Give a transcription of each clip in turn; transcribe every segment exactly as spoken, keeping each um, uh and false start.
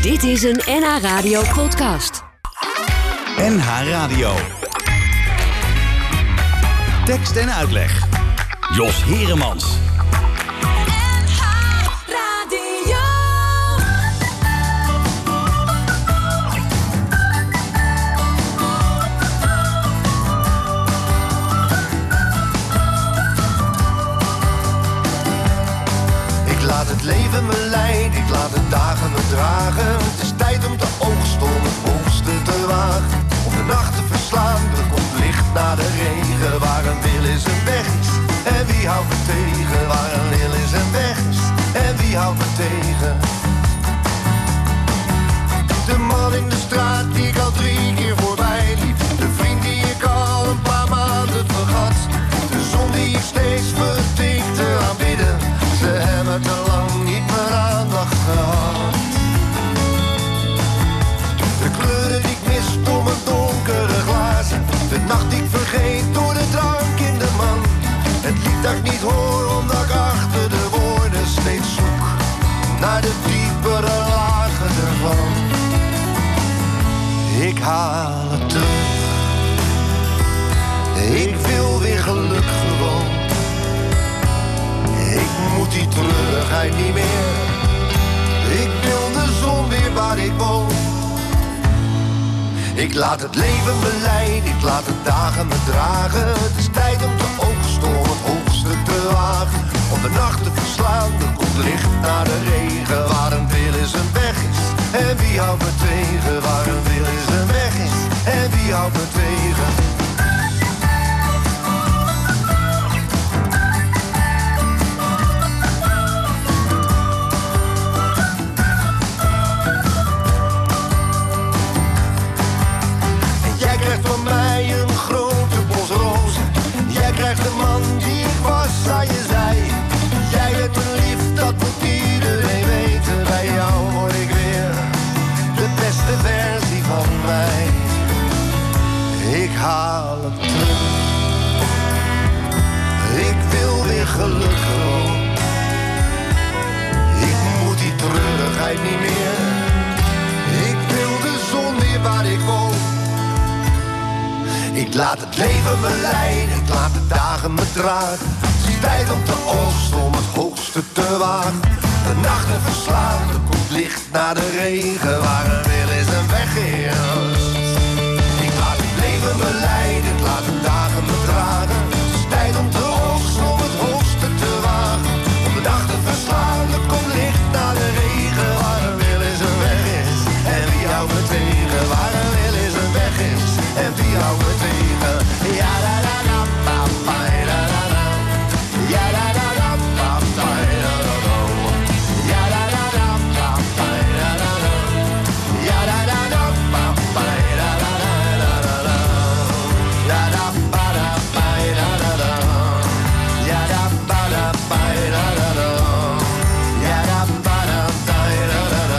Dit is een N H Radio podcast. N H Radio. Tekst en uitleg. Jos Heremans. N H Radio. Ik laat het leven me leiden, ik laat de dagen me dragen. Het is tijd om te oogsten, om het hoogste te wagen. Om de nacht te verslaan, er komt licht na de regen. Waar een wil is een weg is, en wie houdt me tegen? Waar een wil is een weg is, en wie houdt me tegen? De man in de straat die ik al drie keer voorbij liep. De vriend die ik al een paar maanden vergat. De zon die ik steeds vertikte aanbidden. Ze hebben te lang niet meer aandacht gehad. De kleuren die ik mis door mijn donkere glazen. De nacht die ik vergeet door de drank in de man. Het lied dat ik niet hoor omdat ik achter de woorden steeds zoek naar de diepere lagen ervan. Ik haal het terug. Ik wil weer geluk gewoon. Ik moet die treurigheid niet meer. Ik wil de zon weer waar ik woon. Ik laat het leven me leiden, ik laat de dagen me dragen. Het is tijd om te oogsten, om het hoogste te wagen. Om de nacht te verslaan, er komt licht naar de regen. Waar een wil is een weg is, en wie houdt me tegen? Waar een wil is een weg is, en wie houdt me tegen? Van mij een grote bos rozen. Jij krijgt de man die ik was aan je zij. Jij bent me lief, dat moet iedereen weten. Bij jou word ik weer de beste versie van mij. Ik haal het terug. Ik wil weer geluk gewoon. Ik moet die treurigheid niet meer. Ik wil de zon weer waar ik woon. Ik laat het leven me leiden, ik laat de dagen me dragen. Het is tijd om te oogsten, om het hoogste te wagen. De nachten verslaan, er komt licht naar de regen. Waar een wil is een weg is. Ik laat het leven me leiden, ik laat de dagen me dragen. Het is tijd om te oogsten, om het hoogste te wagen. Om de nachten verslaan, er komt licht naar de regen. Waar een wil is een weg is, en wie houdt me tegen? Waar een wil is een weg is, en wie houdt me tegen? Ja, da, da, da, pa, pa, da, da, da. Ja, da, da, da, pa, pa, da, da, da. Ja, da, da, da, pa, pa, da, da, da. Ja, da, da, da, pa, pa, da, da, da, da, da. Da, da, pa, da, pa, da, da, da. Ja, da, pa, da, pa, da, da, da. Ja, da, pa, da, pa, da, da, da.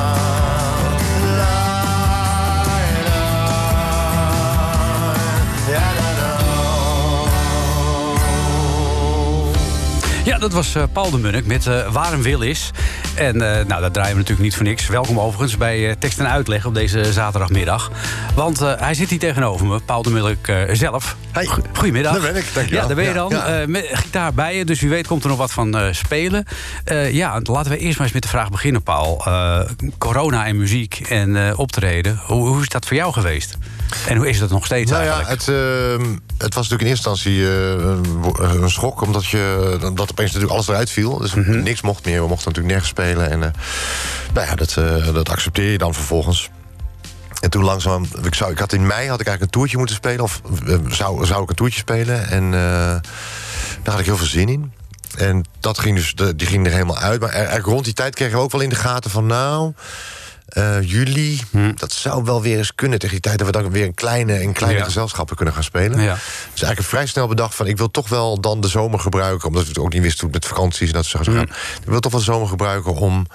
Ja, dat was uh, Paul de Munnik met uh, Waar een wil is. En uh, nou, dat draaien we natuurlijk niet voor niks. Welkom overigens bij uh, Tekst en Uitleg op deze zaterdagmiddag. Want uh, hij zit hier tegenover me, Paul de Munnik uh, zelf. Hey. Goedemiddag. Daar ben ik, dankjewel. Ja, daar ben je dan. Ja, ja. Uh, met gitaar bij je, dus wie weet komt er nog wat van uh, spelen. Uh, ja, laten we eerst maar eens met de vraag beginnen, Paul. Uh, corona en muziek en uh, optreden. Hoe, hoe is dat voor jou geweest? En hoe is dat nog steeds nou eigenlijk? Ja, het, uh, het was natuurlijk in eerste instantie uh, een schok, omdat je dat opeens natuurlijk alles eruit viel. Dus mm-hmm. niks mocht meer. We mochten natuurlijk nergens spelen. En uh, nou ja, dat, uh, dat accepteer je dan vervolgens. En toen langzaam, ik, zou, ik had in mei had ik eigenlijk een toertje moeten spelen. Of uh, zou, zou ik een toertje spelen. En uh, daar had ik heel veel zin in. En dat ging dus, die ging er helemaal uit. Maar eigenlijk rond die tijd kregen we ook wel in de gaten van nou... Uh, juli, hm. dat zou wel weer eens kunnen tegen die tijd... dat we dan weer een kleine, in kleine ja. gezelschappen kunnen gaan spelen. Ja. Dus eigenlijk vrij snel bedacht van... ik wil toch wel dan de zomer gebruiken... omdat we het ook niet wisten hoe het met vakanties en dat zou gaan. Hm. Ik wil toch wel de zomer gebruiken om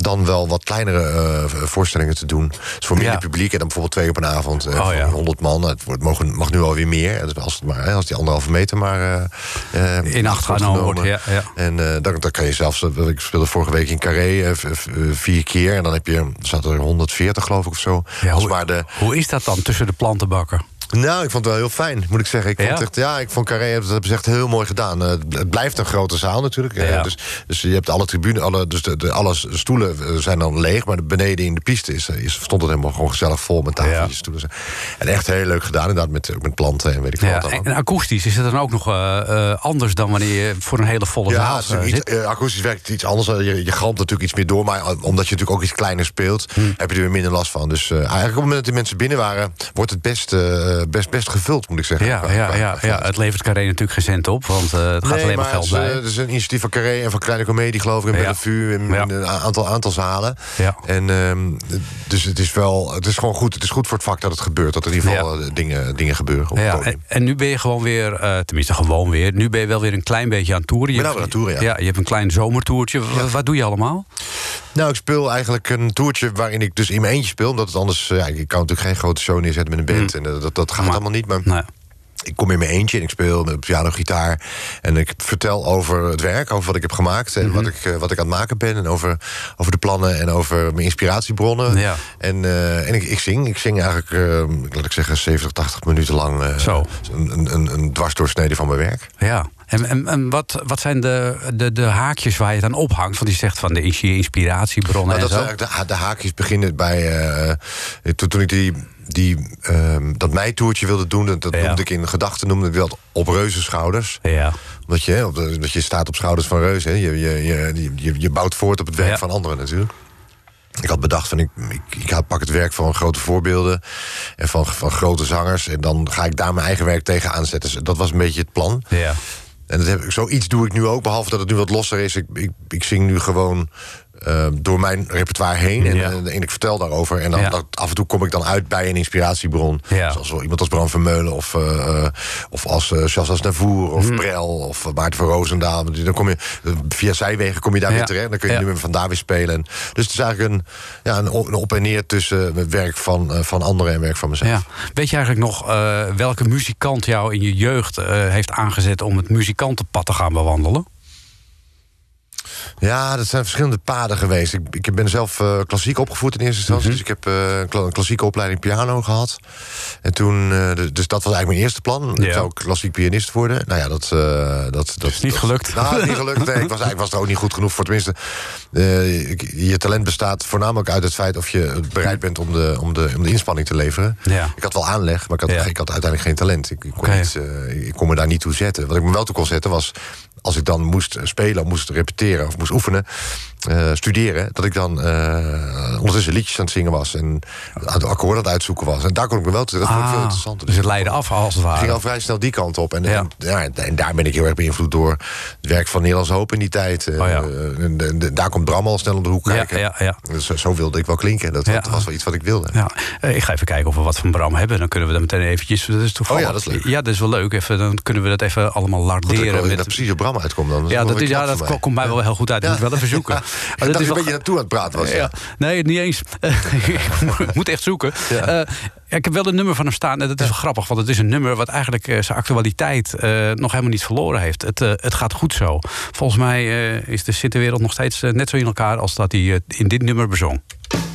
dan wel wat kleinere uh, voorstellingen te doen. Dus voor minder Ja. publiek en dan bijvoorbeeld twee op een avond. Uh, Oh, voor ja. honderd man. Het wordt, mogen, mag nu alweer meer. Als, het maar, als die anderhalve meter maar uh, uh, In acht genomen wordt, ja, ja. En uh, dan, dan kan je zelfs... Ik speelde vorige week in Carré uh, v, uh, vier keer. En dan heb je, er zaten er honderdveertig geloof ik of zo. Ja, Als hoe, maar de, hoe is dat dan tussen de plantenbakken? Nou, ik vond het wel heel fijn, moet ik zeggen. Ik vond Ja? het echt, ja, ik vond Carré, dat hebben ze echt heel mooi gedaan. Uh, het blijft een grote zaal natuurlijk. Uh, Ja. dus, dus je hebt alle tribunes, alle, dus de, de, alle stoelen zijn dan leeg. Maar beneden in de piste is, is, stond het helemaal gewoon gezellig vol met tafeltjes, Ja. stoelen. En echt heel leuk gedaan, inderdaad, met, met planten en weet ik veel Ja, wat en, allemaal. en akoestisch, is het dan ook nog uh, uh, anders dan wanneer je voor een hele volle Ja, zaal het is uh, iets, zit? uh, akoestisch werkt het iets anders. Je, je galmt natuurlijk iets meer door. Maar omdat je natuurlijk ook iets kleiner speelt, Hmm. heb je er weer minder last van. Dus uh, eigenlijk op het moment dat die mensen binnen waren, wordt het best, uh, best, best gevuld, moet ik zeggen. Ja, Qua- ja, qua- ja, qua- ja, het levert Carré natuurlijk geen cent op, want uh, het gaat Nee, alleen maar maar geld het is, bij. uh, het is een initiatief van Carré en van Kleine Comedie, geloof ik, en Ja. Bellevue, en Ja. een aantal, aantal zalen. Ja. En um, dus het is wel, het is gewoon goed. Het is goed voor het vak dat het gebeurt, dat er in ieder geval Ja. uh, dingen, dingen gebeuren op het Ja, podium. en, en nu ben je gewoon weer, uh, tenminste gewoon weer... nu ben je wel weer een klein beetje aan het toeren. Je Ik ben nou hebt- weer aan het toeren, ja. Je hebt een klein zomertoertje. W- Wat doe je allemaal? Nou, ik speel eigenlijk een toertje waarin ik dus in mijn eentje speel. Omdat het anders, uh, ja, ik kan natuurlijk geen grote show neerzetten met een band. En uh, dat, dat gaat Maar- allemaal niet. Maar Nou, ik kom in mijn eentje en ik speel met piano, gitaar. En ik vertel over het werk, over wat ik heb gemaakt. En wat, ik, uh, wat ik aan het maken ben. En over, over de plannen en over mijn inspiratiebronnen. Ja. En, uh, en ik, ik zing. Ik zing eigenlijk, uh, laat ik zeggen, zeventig, tachtig minuten lang. Uh, Zo. Een, een, een dwarsdoorsnede van mijn werk. ja. En, en, en wat, wat zijn de, de, de haakjes waar je het aan ophangt? Want je zegt van de je inspiratiebronnen Nou, en dat zo. zijn eigenlijk de, de haakjes beginnen bij... Uh, toen, toen ik die, die, um, dat meitoertje wilde doen... dat, dat Ja. noemde ik in gedachten noemde ik dat op reuzenschouders. Ja. Omdat je, op de, dat je staat op schouders van reuzen. Hè. Je, je, je, je, je bouwt voort op het werk Ja. van anderen natuurlijk. Ik had bedacht van ik, ik, ik ga- pak het werk van grote voorbeelden... en van, van grote zangers... en dan ga ik daar mijn eigen werk tegen aanzetten. Dus dat was een beetje het plan. Ja. En dat heb ik, zoiets doe ik nu ook, behalve dat het nu wat losser is. Ik, ik, ik zing nu gewoon uh, door mijn repertoire heen en, Ja. en, en ik vertel daarover. En dan, Ja. dat, af en toe kom ik dan uit bij een inspiratiebron. Ja. Zoals wel iemand als Bram Vermeulen of, uh, uh, of als uh, Charles Aznavour of Hmm. Brel of uh, Maarten van Roosendaal. Dan kom je, uh, via zijwegen kom je daar Ja. weer terecht. Dan kun je Ja. nu weer van daar weer spelen. En, dus het is eigenlijk een, ja, een, op, een op en neer tussen het werk van, uh, van anderen en werk van mezelf. Ja. Weet je eigenlijk nog uh, welke muzikant jou in je jeugd uh, heeft aangezet om het muzikantenpad te gaan bewandelen? Ja, dat zijn verschillende paden geweest. Ik, ik ben zelf uh, klassiek opgevoed in eerste instantie. Mhm. Dus ik heb uh, een kla- een klassieke opleiding piano gehad. En toen, uh, de- dus dat was eigenlijk mijn eerste plan. Ja. Ik zou klassiek pianist worden. Nou ja, dat... Uh, dat, dat is niet dat- gelukt. Nou, niet gelukt. Nee, ik was, ik was er ook niet goed genoeg voor. Tenminste, uh, ik- je talent bestaat voornamelijk uit het feit... of je bereid bent om de, om de, om de inspanning te leveren. Ja. Ik had wel aanleg, maar ik had, Ja. ik had uiteindelijk geen talent. Ik, ik, kon Oké. niet, uh, ik kon me daar niet toe zetten. Wat ik me wel toe kon zetten was... als ik dan moest spelen, of moest repeteren of moest oefenen... Uh, studeren, dat ik dan uh, ondertussen liedjes aan het zingen was... en de akkoorden aan het uitzoeken was. En daar kon ik me wel toe. Dat vond ik veel Ah, interessanter. dus het leidde af als het Ik ging ware. al vrij snel die kant op. En, Ja. en, ja, en daar ben ik heel erg beïnvloed door het werk van Nederlands Hoop in die tijd. Uh, Oh ja. en, en, en daar komt Bram al snel om de hoek Ja, kijken. ja, ja. Dus zo, zo wilde ik wel klinken. Dat, Ja. dat was wel iets wat ik wilde. Ja, eh, ik ga even kijken of we wat van Bram hebben. Dan kunnen we dat meteen eventjes... Dat is toevallig. Oh ja, dat is leuk. Ja, dat is wel leuk. Even, dan kunnen we dat even allemaal Goed dat ik larderen. wel met- dat precies op Bram uitkom dan. ja, wel dat, weer is, ja, knap dat voor ko- mij. komt mij wel heel goed uit. Ik moet wel even zoeken. Ja. Maar Ik dat dacht is een wel beetje naartoe aan het praten was. ja. Ja. Nee, niet eens. Ik moet echt zoeken. Ja. Eh, ik heb wel een nummer van hem staan. En dat is wel grappig, want het is een nummer... wat eigenlijk eh, zijn actualiteit eh, nog helemaal niet verloren heeft. Het, eh, het gaat goed zo. Volgens mij eh, is de zit de wereld nog steeds eh, net zo in elkaar... als dat hij eh, in dit nummer bezong.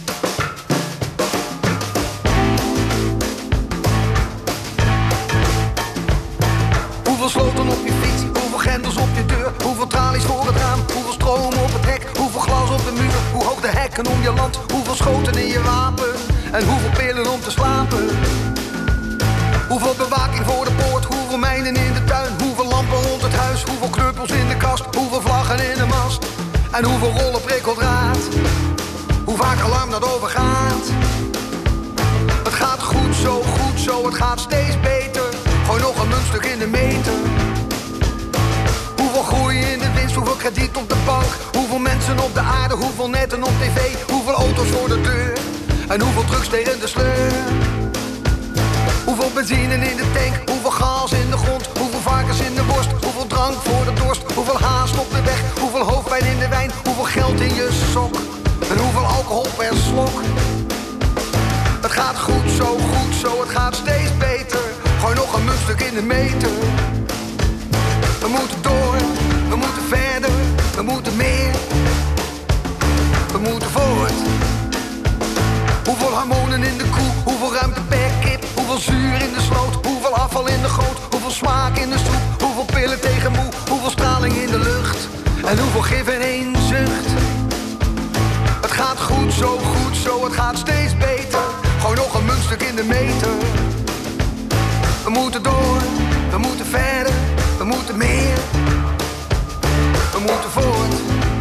Hoeveel sloten op je fiets, hoeveel grendels op je deur, hoeveel tralies voor het raam, hoeveel stroom op het hek, hoeveel glas op de muur, hoe hoog de hekken om je land, hoeveel schoten in je wapen en hoeveel pillen om te slapen. Hoeveel bewaking voor de poort, hoeveel mijnen in de tuin, hoeveel lampen rond het huis, hoeveel knuppels in de kast, hoeveel vlaggen in de mast en hoeveel rollen prikkeldraad. Hoe vaak alarm dat overgaat. Het gaat goed zo, goed zo, het gaat steeds beter. Gooi nog een muntstuk in de meter. Hoeveel groei in de winst, hoeveel krediet op de bank, hoeveel mensen op de aarde, hoeveel netten op tv, hoeveel auto's voor de deur en hoeveel drugs tegen de sleur. Hoeveel benzine in de tank, hoeveel gas in de grond, hoeveel varkens in de borst, hoeveel drank voor de dorst, hoeveel haast op de weg, hoeveel hoofdpijn in de wijn, hoeveel geld in je sok en alcohol per slok. Het gaat goed, zo goed, zo, het gaat steeds beter. Gooi nog een muntstuk in de meter. We moeten door, we moeten verder, we moeten meer. We moeten voort. Hoeveel hormonen in de koe, hoeveel ruimte per kip. Hoeveel zuur in de sloot, hoeveel afval in de goot. Hoeveel smaak in de soep, hoeveel pillen tegen moe. Hoeveel straling in de lucht en hoeveel gif in één zucht. Het gaat goed, zo goed, zo, het gaat steeds beter. Gooi nog een muntstuk in de meter. We moeten door, we moeten verder, we moeten meer. We moeten voort.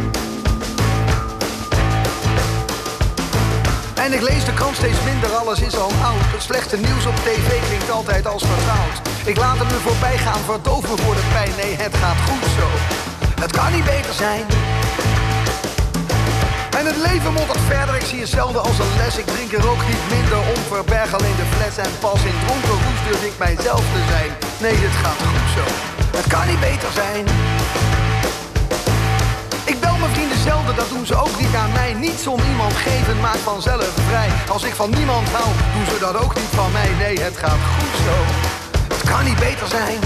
En ik lees de krant steeds minder, alles is al oud. Het slechte nieuws op tv klinkt altijd als vertrouwd. Ik laat het me voorbij gaan, verdoof me voor de pijn. Nee, het gaat goed zo, het kan niet beter zijn. En het leven moddert verder, ik zie het zelden als een les. Ik drink er ook niet minder om, verberg alleen de fles. En pas in dronken roes durf ik mijzelf te zijn. Nee, het gaat goed zo, het kan niet beter zijn. Ik bel mijn vrienden zelden, dat doen ze ook niet aan mij. Niets om iemand geven maakt vanzelf vrij. Als ik van niemand hou, doen ze dat ook niet van mij. Nee, het gaat goed zo, het kan niet beter zijn.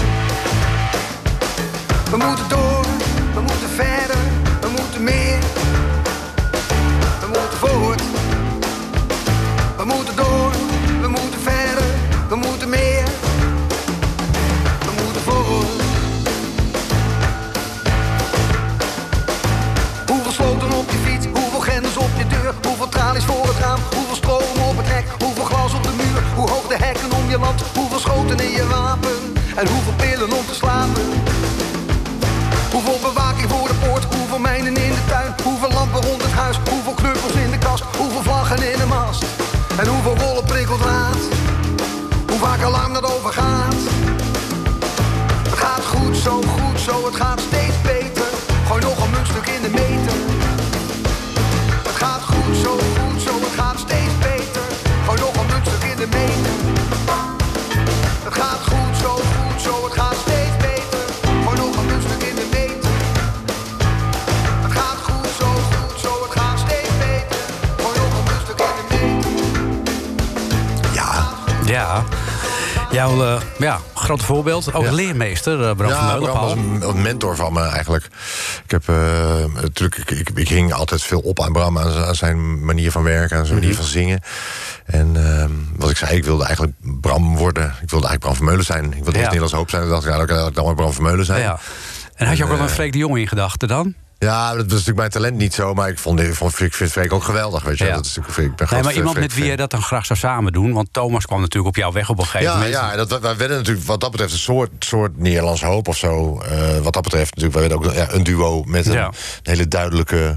We moeten door, we moeten verder, we moeten meer. We moeten voort. We moeten door, we moeten verder, we moeten meer. We moeten voort. Hoeveel sloten op je fiets, hoeveel grendels op je deur. Hoeveel tralies voor het raam, hoeveel stroom op het hek. Hoeveel glas op de muur, hoe hoog de hekken om je land. Hoeveel schoten in je wapen en hoeveel pillen om te slapen. Hoeveel bewaking voor de poort, hoeveel mijnen in de tuin. Hoeveel lampen rond het huis, hoeveel knuppels in de kast. Hoeveel vlaggen in de mast en hoeveel rollen prikkeldraad. Hoe vaak alarm dat overgaat. Het gaat goed, zo goed, zo, het gaat steeds beter. Gooi nog een muntstuk in de meter. Het gaat goed, zo goed, zo, het gaat steeds beter. Gooi nog een muntstuk in de meter. Het gaat goed, zo goed, zo, het gaat steeds beter. Gooi nog een muntstuk in de meter. Het gaat goed, zo goed, zo, het gaat steeds beter. Gooi nog een muntstuk in de meter. Ja, ja. Jouw uh, ja, grote voorbeeld, ook Ja. leermeester, uh, Bram van Ja, Meulen. Bram was een, een mentor van me eigenlijk. Ik heb uh, natuurlijk, ik, ik, ik hing altijd veel op aan Bram, aan, aan zijn manier van werken, aan zijn manier van zingen. En uh, wat ik zei, ik wilde eigenlijk Bram worden. Ik wilde eigenlijk Bram van Meulen zijn. Ik wilde Ja. niet Nederlands Hoop zijn. Ik dacht, ja, dan kan ik dan maar Bram van Meulen zijn. Ja. En had je ook wel En, een uh, Freek de Jong in gedachten dan? Ja, dat was natuurlijk mijn talent niet zo, maar ik vond, ik vond ik vind Freek ook geweldig, weet je. Ja. Dat is natuurlijk, ik ben Nee, groot maar iemand Freek met wie je fan. dat dan graag zou samen doen. Want Thomas kwam natuurlijk op jou weg op een gegeven Ja, moment. ja, en dat, wij werden natuurlijk wat dat betreft een soort, soort Nederlands Hoop of zo. Uh, wat dat betreft natuurlijk, wij werden ook ja, een duo met een, Ja. een hele duidelijke...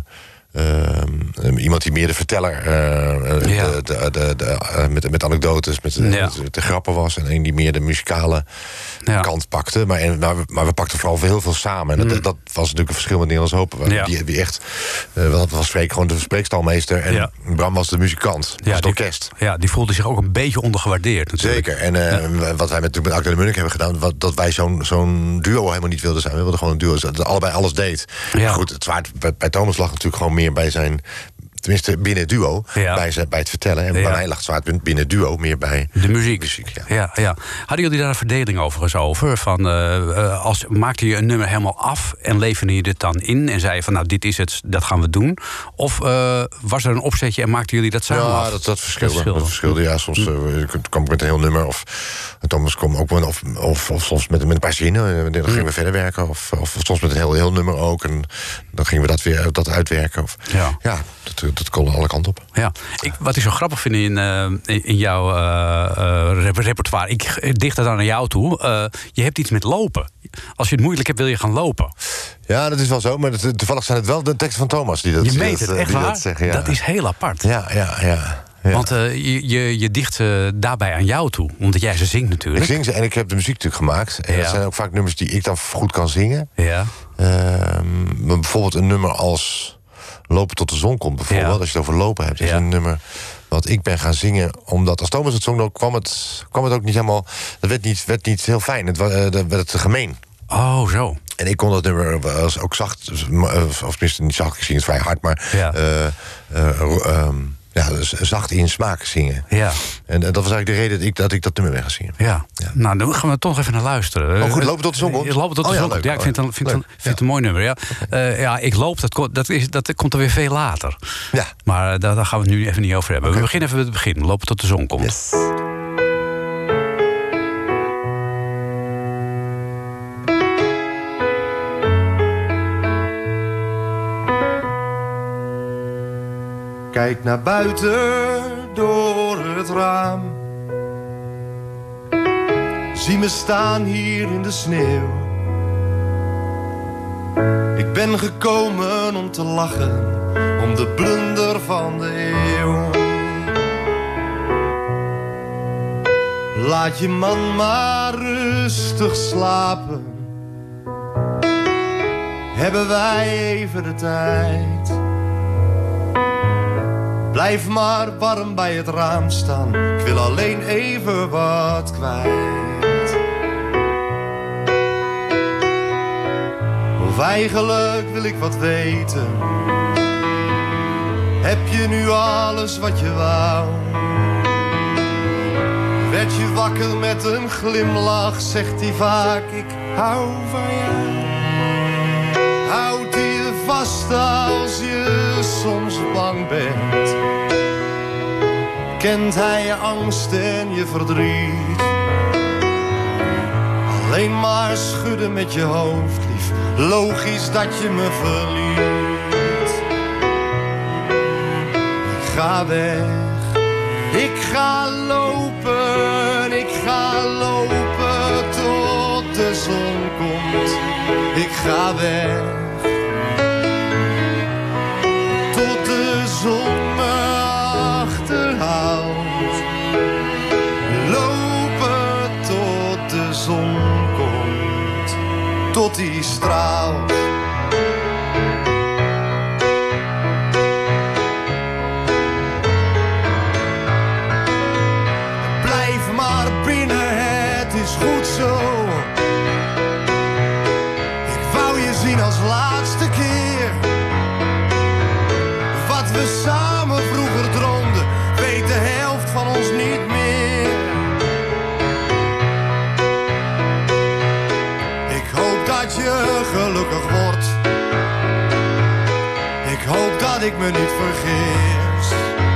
Uh, iemand die meer de verteller uh, Ja. de, de, de, de, uh, met, met anekdotes, met, Ja. met de grappen was. En een die meer de muzikale Ja. kant pakte. Maar, en, maar, we, maar we pakten vooral heel veel samen. En dat, dat was natuurlijk een verschil met Nederlands Hoop. Ja. Die, die echt, uh, dat was Freek gewoon de spreekstalmeester. En Ja. Bram was de muzikant, was het die, orkest. ja, die voelde zich ook een beetje ondergewaardeerd natuurlijk. Zeker. En uh, wat wij met, met Akda de Munnik hebben gedaan... Wat, dat wij zo'n zo'n duo helemaal niet wilden zijn. We wilden gewoon een duo dat allebei alles deed. Ja. Maar goed, het zwaard bij, bij Thomas lag natuurlijk gewoon meer bij zijn... tenminste binnen het duo, Ja. bij, zijn, bij het vertellen. En Ja. bij mij lag het zwaartepunt binnen het duo meer bij De muziek. muziek. Ja. Ja, ja. Hadden jullie daar een verdeling overigens over? Van, uh, uh, als, maakte je een nummer helemaal af en leverde je dit dan in... en zei je van, nou, dit is het, dat gaan we doen? Of uh, was er een opzetje en maakten jullie dat samen af? Ja, dat, dat verschilde. Dat verschilde. Dat verschilde, ja. Soms uh, kwam ik met een heel nummer. Of Thomas kwam ook met, of, of, of soms met, met een paar zinnen. Dan gingen we verder werken. Of, of soms met een heel, heel nummer ook. En dan gingen we dat weer dat uitwerken. Of, Ja. ja, dat, dat kon alle kanten op. Ja, ik, wat ik zo grappig vind in, uh, in, in jouw uh, uh, repertoire... ik dicht het dan naar jou toe, uh, je hebt iets met lopen. Als je het moeilijk hebt, wil je gaan lopen. Ja, dat is wel zo. Maar dat, toevallig zijn het wel de teksten van Thomas die dat, Je die meent dat, het, echt die waar? dat zeggen. Ja. Dat is heel apart. Ja, ja, ja. Ja. Want uh, je, je, je dicht ze daarbij aan jou toe, omdat jij ze zingt natuurlijk. Ik zing ze en ik heb de muziek natuurlijk gemaakt. En Ja. dat zijn ook vaak nummers die ik dan goed kan zingen. Ja. Uh, maar bijvoorbeeld een nummer als Lopen tot de zon komt, bijvoorbeeld. Ja. Als je het over lopen hebt. Dat Ja. is een nummer wat ik ben gaan zingen. Omdat als Thomas het zong, dan kwam het, kwam het ook niet helemaal... Dat werd niet, werd niet heel fijn. Het, wa- uh, dat werd het te gemeen. Oh, zo. En ik kon dat nummer als ook zacht, of tenminste niet zacht, ik zing het vrij hard, maar Ja. uh, uh, um, ja, zacht in smaak zingen. Ja. En uh, dat was eigenlijk de reden dat ik dat, ik dat nummer ben gaan zingen. Ja. Ja. Nou, dan gaan we toch even naar luisteren. Oh goed, lopen tot de zon komt? Lopen tot de Oh, ja, zon komt. leuk. Ja, ik vind het een, vind het een, Leuk. vind het een mooi nummer. Ja. Uh, ja, ik loop, dat, ko- dat, is, dat komt er weer veel later. Ja. Maar uh, daar, daar gaan we het nu even niet over hebben. Okay. We beginnen even met het begin. Lopen tot de zon komt. Yes. Kijk naar buiten door het raam. Zie me staan hier in de sneeuw. Ik ben gekomen om te lachen, om de blunder van de eeuw. Laat je man maar rustig slapen. Hebben wij even de tijd. Blijf maar warm bij het raam staan. Ik wil alleen even wat kwijt. Of eigenlijk wil ik wat weten. Heb je nu alles wat je wou? Werd je wakker met een glimlach, zegt hij vaak ik hou van jou. Houdt hij je vast als je soms bang bent? Kent hij je angst en je verdriet? Alleen maar schudden met je hoofd, lief. Logisch dat je me verliet. Ik ga weg, ik ga lopen, ik ga lopen tot de zon komt. Ik ga weg, tot de zon me achterhaalt. Lopen tot de zon komt, tot die straalt. Blijf maar binnen, het is goed zo. Ik wou je zien als laatste keer. Wat we samen vroeger droomden, weet de helft van ons niet meer. Ik hoop dat je gelukkig wordt. Ik hoop dat ik me niet vergis.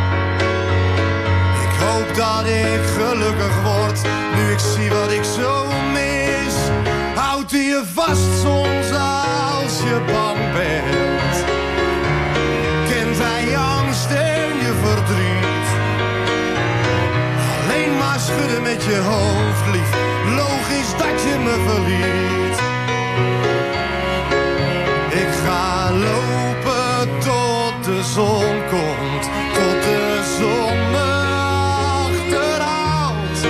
Ik hoop dat ik gelukkig word, nu ik zie wat ik zo mis. Houdt hij je vast soms als je bang bent? Kent hij je angst en je verdriet? Alleen maar schudden met je hoofd, lief. Logisch dat je me verliet. Ik ga lopen tot de zon komt, tot de zon me achterhaalt.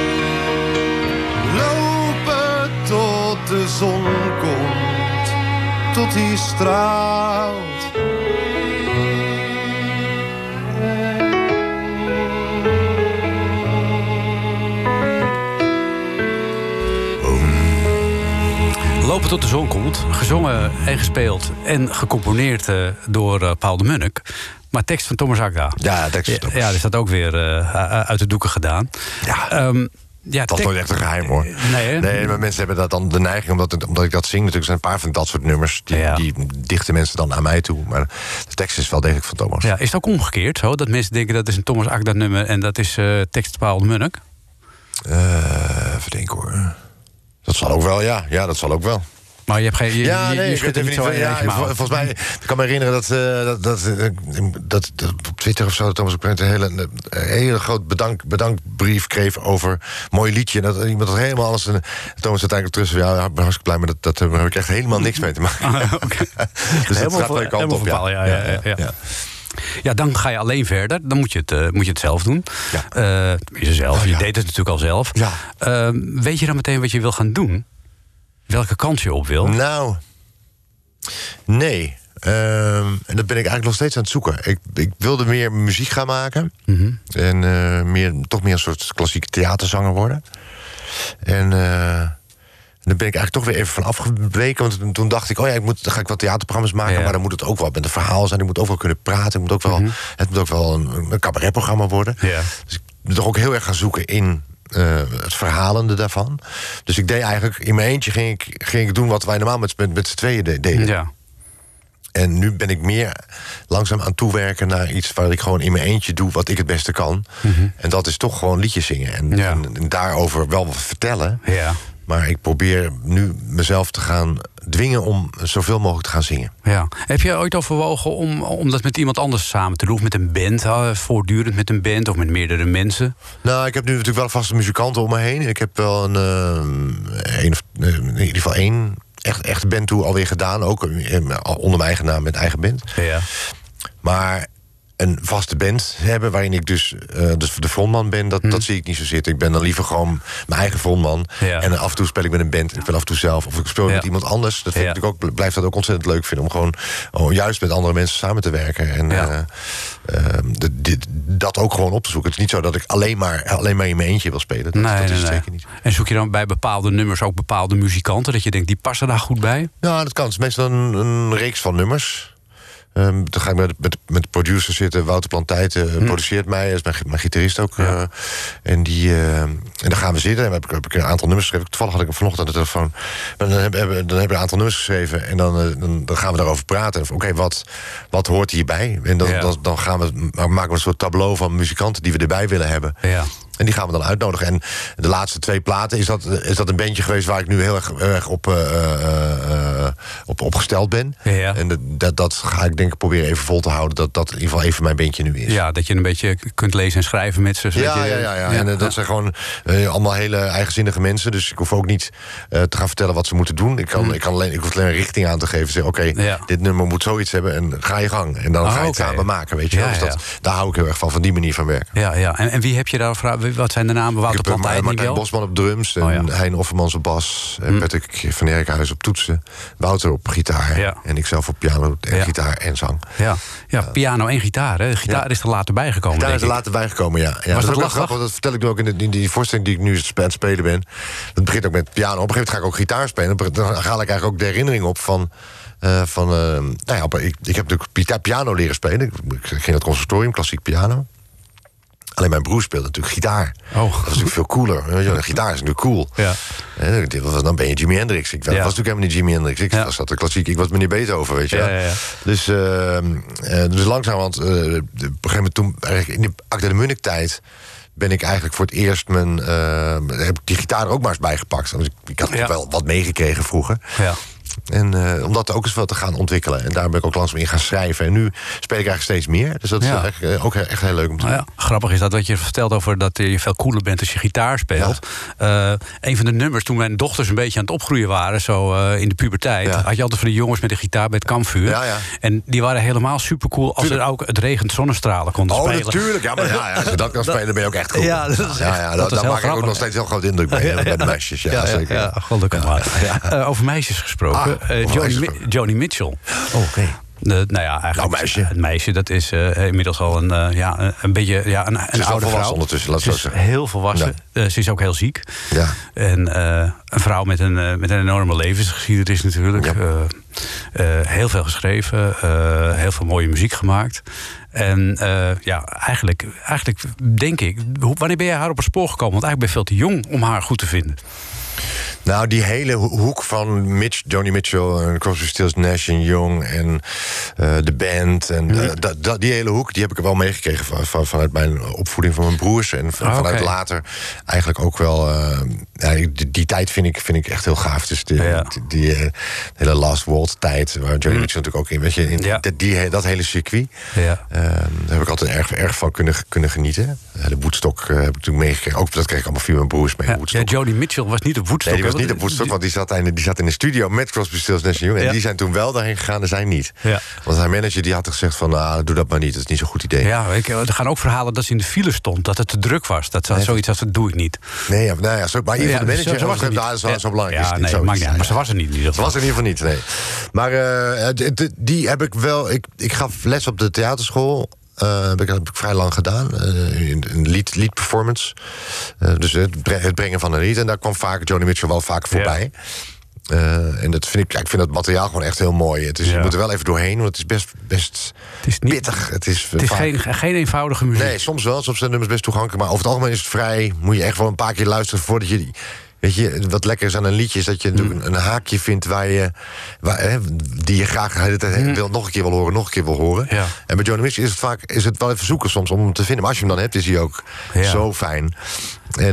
Lopen tot de zon komt, tot die straalt. Lopen tot de zon komt. Gezongen en gespeeld en gecomponeerd uh, door uh, Paul de Munnik. Maar tekst van Thomas Akda. Ja, tekst van Thomas. Ja, dus dat ook weer uh, uit de doeken gedaan. Ja. Um, Ja, dat is nooit echt een geheim, hoor. Nee, hè? Nee, maar mensen hebben dat dan de neiging, omdat, omdat ik dat zing. Natuurlijk zijn een paar van dat soort nummers. Die, ja. die dichten mensen dan aan mij toe. Maar de tekst is wel degelijk van Thomas. Ja, is het ook omgekeerd zo? Dat mensen denken dat is een Thomas Akda nummer en dat is uh, tekst Paul de Munnik? Uh, even denken, hoor. Dat zal ook wel, ja. Ja, dat zal ook wel. Maar je hebt geen. Je, ja, je, nee, je ik weet er even niet. Van, ja, vol, volgens mij, ik kan me herinneren dat, uh, dat, dat, uh, dat, dat op Twitter of zo, Thomas een hele, een hele groot bedank, bedankbrief kreeg over een mooi liedje. En dat iemand dat helemaal alles. En Thomas uiteindelijk terug. Ja, ik ben hartstikke blij, maar dat, dat heb ik echt helemaal niks mee te maken. Ah, okay. Dus het gaat wel je kant op. Ja. Ja, ja, ja, ja, ja. ja. Ja, dan ga je alleen verder. Dan moet je het, uh, moet je het zelf doen. Ja. Uh, jezelf. Oh, ja. Je deed het natuurlijk al zelf. Ja. Uh, weet je dan meteen wat je wil gaan doen? Welke kant je op wil? Nou, nee. Um, en dat ben ik eigenlijk nog steeds aan het zoeken. Ik, ik wilde meer muziek gaan maken. Mm-hmm. En uh, meer, toch meer een soort klassieke theaterzanger worden. En uh, daar ben ik eigenlijk toch weer even van afgeweken. Want toen, toen dacht ik, oh ja, ik moet, dan ga ik wat theaterprogramma's maken... Ja. maar dan moet het ook wel met een verhaal zijn. Ik moet ook wel kunnen praten. Ik moet ook wel, mm-hmm. Het moet ook wel een, een cabaretprogramma worden. Ja. Dus ik ben toch ook heel erg gaan zoeken in... Uh, het verhalende daarvan. Dus ik deed eigenlijk... in mijn eentje ging ik, ging ik doen wat wij normaal met, met, met z'n tweeën de, deden. Ja. En nu ben ik meer langzaam aan toewerken naar iets... waar ik gewoon in mijn eentje doe wat ik het beste kan. Mm-hmm. En dat is toch gewoon liedjes zingen. En, ja. en, en daarover wel wat vertellen. Ja. Maar ik probeer nu mezelf te gaan dwingen om zoveel mogelijk te gaan zingen. Ja. Heb je ooit overwogen om, om dat met iemand anders samen te doen? Of met een band, uh, voortdurend met een band of met meerdere mensen? Nou, ik heb nu natuurlijk wel vaste muzikanten om me heen. Ik heb wel een, uh, een of, uh, in ieder geval één echt, echte band toe alweer gedaan. Ook onder mijn eigen naam met eigen band. Ja. Maar een vaste band hebben waarin ik dus, uh, dus de frontman ben, dat, hmm. dat zie ik niet zo zitten. Ik ben dan liever gewoon mijn eigen frontman. Ja. En af en toe speel ik met een band. Ik speel af en toe zelf. Of ik speel ja. met iemand anders. Dat vind ja. ik ook, blijf dat ook ontzettend leuk vinden. Om gewoon oh, juist met andere mensen samen te werken. En ja. uh, uh, de, dit, dat ook gewoon op te zoeken. Het is niet zo dat ik alleen maar, alleen maar in mijn eentje wil spelen. Dat, nee, dat is nee, het nee. zeker niet. En zoek je dan bij bepaalde nummers ook bepaalde muzikanten? Dat je denkt, die passen daar goed bij? Ja, dat kan. Het is meestal een, een reeks van nummers. Um, dan ga ik met, met, met de producer zitten. Wouter Plantijt uh, hmm. produceert mij. Hij is mijn, mijn gitarist ook. Ja. Uh, en, die, uh, en dan gaan we zitten. En dan heb ik, heb ik een aantal nummers geschreven. Toevallig had ik hem vanochtend aan de telefoon. Dan heb, heb, dan heb ik een aantal nummers geschreven. En dan, uh, dan, dan gaan we daarover praten. Oké, okay, wat, wat hoort hierbij? En dan, ja. dan, dan gaan we, maken we een soort tableau van muzikanten die we erbij willen hebben. Ja. En die gaan we dan uitnodigen. En de laatste twee platen is dat, is dat een bandje geweest waar ik nu heel erg, erg op, uh, uh, op, op gesteld ben. Ja. En dat, dat ga ik denk ik proberen even vol te houden. Dat dat in ieder geval even mijn bandje nu is. Ja, dat je een beetje kunt lezen en schrijven met ze. Ja, je, ja, ja, ja. En uh, dat ja. zijn gewoon uh, allemaal hele eigenzinnige mensen. Dus ik hoef ook niet uh, te gaan vertellen wat ze moeten doen. Ik, kan, mm. ik, kan alleen, ik hoef alleen een richting aan te geven. Zeggen, oké, okay, ja. dit nummer moet zoiets hebben. En ga je gang. En dan oh, ga je het okay. samen maken, weet je ja, dus dat, ja. Daar hou ik heel erg van, van die manier van werken. Ja, ja. En, en wie heb je daar gevraagd? Wat zijn de namen? Wouter Plantijt, Martijn Bosman op drums. En oh, ja. Hein Offermans op bas. En mm. Patrick van Erkhuis op toetsen. Wouter op gitaar. Ja. En ikzelf op piano en ja. gitaar en zang. Ja, ja piano en gitaar. Hè. De gitaar ja. is er later bijgekomen. Gitaar is er later bijgekomen, ja. ja Was dat, dat, dat, grappig, dat vertel ik nu ook in, de, in die voorstelling die ik nu aan het spelen ben. Dat begint ook met piano. Op een gegeven moment ga ik ook gitaar spelen. Dan haal ik eigenlijk ook de herinnering op van... Uh, van uh, nou ja, ik, ik heb natuurlijk piano leren spelen. Ik ging naar het conservatorium, klassiek piano. Alleen mijn broer speelde natuurlijk gitaar. Oh. Dat was natuurlijk veel cooler. Een gitaar is natuurlijk cool. Ja. En dan ben je Jimi Hendrix. Ik was ja. natuurlijk helemaal niet Jimi Hendrix. Ik ja. was dat de klassiek. Ik was meneer Beethoven, weet je. Ja, ja, ja. Dus, uh, uh, dus langzamerhand, uh, op een gegeven moment toen, in de Akda de Munnik-tijd, ben ik eigenlijk voor het eerst mijn... Uh, heb ik die gitaar er ook maar eens bijgepakt. Dus ik, ik had ja. wel wat meegekregen vroeger. Ja. En uh, om dat ook eens wat te gaan ontwikkelen. En daar ben ik ook langzaam in gaan schrijven. En nu speel ik eigenlijk steeds meer. Dus dat is ja. echt, uh, ook echt heel leuk om te doen. Nou ja, grappig is dat wat je vertelt over dat je veel cooler bent als je gitaar speelt. Ja. Uh, een van de nummers, toen mijn dochters een beetje aan het opgroeien waren, zo uh, in de puberteit, ja. had je altijd van die jongens met de gitaar bij het kampvuur. Ja, ja. En die waren helemaal supercool als er ook het regent zonnestralen konden oh, spelen. Oh, natuurlijk. Ja, maar ja, ja, als je dat kan spelen, ben je ook echt cool. Ja, dat is ja, ja, dat, daar maak ik ook nog steeds heel groot indruk mee. Bij de meisjes, ja, ja, zeker. Ja, gelukkig maar. Ja. Uh, over meisjes gesproken. Ah, uh, Joni, Mi- Joni Mitchell. Oh, oké. Okay. De, nou ja, eigenlijk nou, meisje. Het meisje, dat is uh, inmiddels al een, uh, ja, een, een beetje ja, een, een oude vrouw. Ondertussen, laat ze is zeggen. heel volwassen. Ja. Uh, ze is ook heel ziek. Ja. En uh, een vrouw met een, uh, met een enorme levensgeschiedenis natuurlijk. Ja. Uh, uh, heel veel geschreven, uh, heel veel mooie muziek gemaakt. En uh, ja, eigenlijk, eigenlijk denk ik, wanneer ben jij haar op het spoor gekomen? Want eigenlijk ben je veel te jong om haar goed te vinden. Nou, die hele hoek van Mitch, Joni Mitchell en Crosby, Stills, Nash en Young en uh, de band en uh, da, da, die hele hoek, die heb ik wel meegekregen van, van, vanuit mijn opvoeding van mijn broers en van, oh, okay. vanuit later eigenlijk ook wel. Uh, ja, die, die tijd vind ik, vind ik echt heel gaaf. Dus die, ja. die, die uh, hele Last World tijd waar Joni mm. Mitchell natuurlijk ook in, weet je, in ja. die, die, dat hele circuit, ja. uh, daar heb ik altijd erg, erg van kunnen, kunnen genieten. Uh, de Woodstock uh, heb ik natuurlijk meegekregen. Ook dat kreeg ik allemaal via mijn broers mee. Ja, ja, Joni Mitchell was niet op Woodstock. Nee, die was niet op Woodstock, want die zat in, die zat in de studio met Crosby, Stills, Nash en Young. En ja. die zijn toen wel daarheen gegaan en zij niet. Ja. Want haar manager die had gezegd van, nou, doe dat maar niet. Dat is niet zo'n goed idee. Ja, ik, er gaan ook verhalen dat ze in de file stond. Dat het te druk was. Dat nee, zoiets als, dat doe ik niet. Nee, ja, nou ja, zo, maar in ieder geval de manager, zo, zo was het niet. Dat is wel ja. zo belangrijk. Ja, is nee, zo, maakt niet uit. Maar ze was er niet in ieder geval. Ze was er in ieder geval niet, nee. Maar uh, de, de, die heb ik wel... Ik, ik gaf les op de theaterschool. Uh, heb, ik, heb ik vrij lang gedaan. Uh, in een lied, lied performance. Uh, dus het, bre- het brengen van een lied. En daar kwam vaak Joni Mitchell wel vaak voorbij. Ja. Uh, en dat vind ik, ja, ik vind dat materiaal gewoon echt heel mooi. Het is, ja. Je moet er wel even doorheen, want het is best, best het is niet, pittig. Het is, het is vaak, geen, geen eenvoudige muziek. Nee, soms wel. Soms zijn nummers best toegankelijk. Maar over het algemeen is het vrij... moet je echt wel een paar keer luisteren voordat je... Die, weet je, wat lekker is aan een liedje is dat je mm. een haakje vindt waar je, waar, hè, die je graag de hele tijd mm. wil, nog een keer wil horen, nog een keer wil horen. Ja. En bij Joni Mitchell is het vaak is het wel even zoeken soms om hem te vinden. Maar als je hem dan hebt, is hij ook ja. zo fijn. En